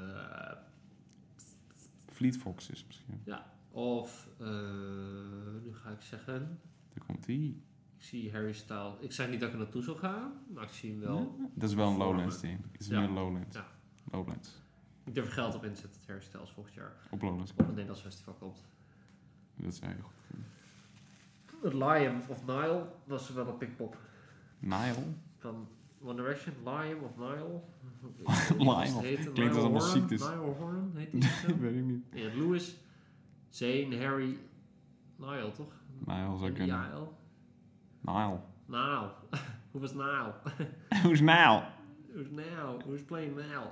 Fleet Foxes misschien. ja. Of... Uh, nu ga ik zeggen... Daar komt ie. Ik zie Harry Styles... Ik zei niet dat ik er naartoe zou gaan, maar ik zie hem wel. Ja, dat is wel een Voor Lowlands me. ding. Het is Ja. meer Lowlands. Ja. Lowlands. Ik durf er geld op inzetten dat Harry Styles volgend jaar Op Lowlands. op een Nederlands festival komt. Dat zei je goed. Het Lion of Nile was wel een Pinkpop. Nile? Van One Direction, Lion of Nile. Lion. Klinkt als allemaal ziektes. Nile Horn heet die zo. Weet ik niet. Ja, Louis, Zane, Harry, Nile toch? Nile zou kunnen. Nile. Nile. Nile. Who was Nile? Who's Nile? Who's Nile? Who's playing Nile?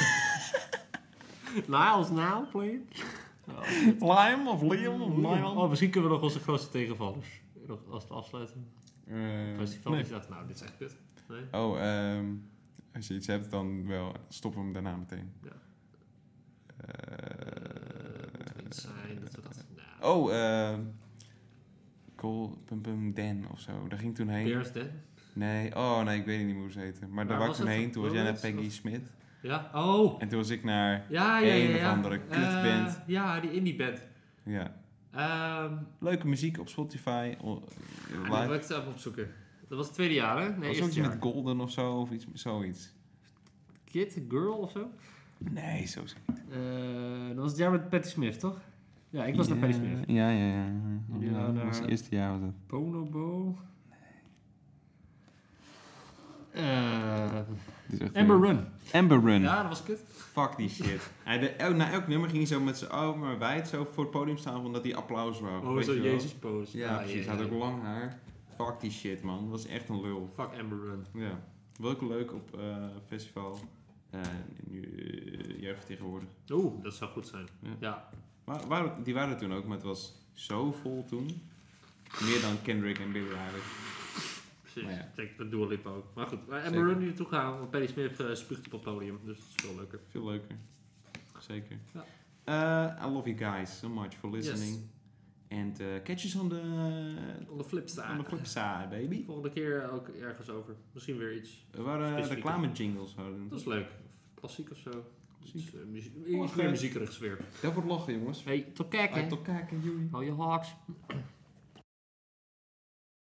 Nile's Nile playing? Oh, Liam of Liam of Nile? oh, misschien kunnen we nog onze grootste tegenvallers nog als het afsluiten. Uh, Festival nee. is dat, nou, dit is echt kut. Nee? Oh, ehm als je iets hebt, dan wel. Stoppen we hem daarna meteen. Ja. Eh, Moet er iets zijn dat we dat... Nou, oh, ehm Cole Pum Pum Dan of zo. Daar ging ik toen heen. Bears Den? Nee, oh nee, ik weet niet meer hoe ze heten. Maar daar Waar was ik was toen het? heen. Toen was jij naar Lowlands Peggy of- Smith. Ja, oh! En toen was ik naar... Ja, ja, ja. Een of ja. andere kutband. Eh, ja, die indie band. Ja. Ehm Leuke muziek op Spotify. o- ja, live. die wil ik het even opzoeken. Dat was het tweede jaar, hè? Nee, was ook eerste iets jaar. met Golden of zo, of iets, zoiets. Kid, Girl of zo? Nee, zo is het. Eh, dat was het jaar met Patti Smith, toch? Ja, ik was naar Patti Smith. Ja, ja, ja. Jullie ja waren dat was naar- het eerste jaar was dat. Bonobo? Eh Dit is echt Amber weer- Run. Amber Run. Ja, dat was kut. Fuck die shit. Hij de, el- na elk nummer ging hij zo met zijn armen maar wijd zo voor het podium staan, omdat hij applaus wou. Oh, weet zo'n je wel? Jezus pose. Ja, precies. Hij had ook lang haar. Fuck die shit, man. Dat was echt een lul. Fuck Amber Run. Ja. Welke leuk op eh festival. eh nu uh, jeugdvertegenwoordig. Oeh, dat zou goed zijn. Ja. Ja. Maar, waren, die waren er toen ook, maar het was zo vol toen. Meer dan Kendrick en Billie Eilish. Precies. Maar ja. Ik denk dat Dua Lipa ook. Maar goed, maar Amber Zeker. Run die naartoe gaan, want Patti Smith uh, spuugt op het podium. Dus dat is veel leuker. Veel leuker. Zeker. Ja. Uh, I love you guys so much for listening. Yes. And uh, catch us on the, On the flip side. on the flip side, baby. Volgende keer ook ergens over. Misschien weer iets. Er waren Specifiek. reclame jingles. Hadden. Dat is leuk. Of klassiek of zo. Muziek. Iets, uh, muzie- iets meer muziekerig sfeer. Dat wordt lachen, jongens. Hey, tot kijken. Tot kijken, jullie. Hou je hawks.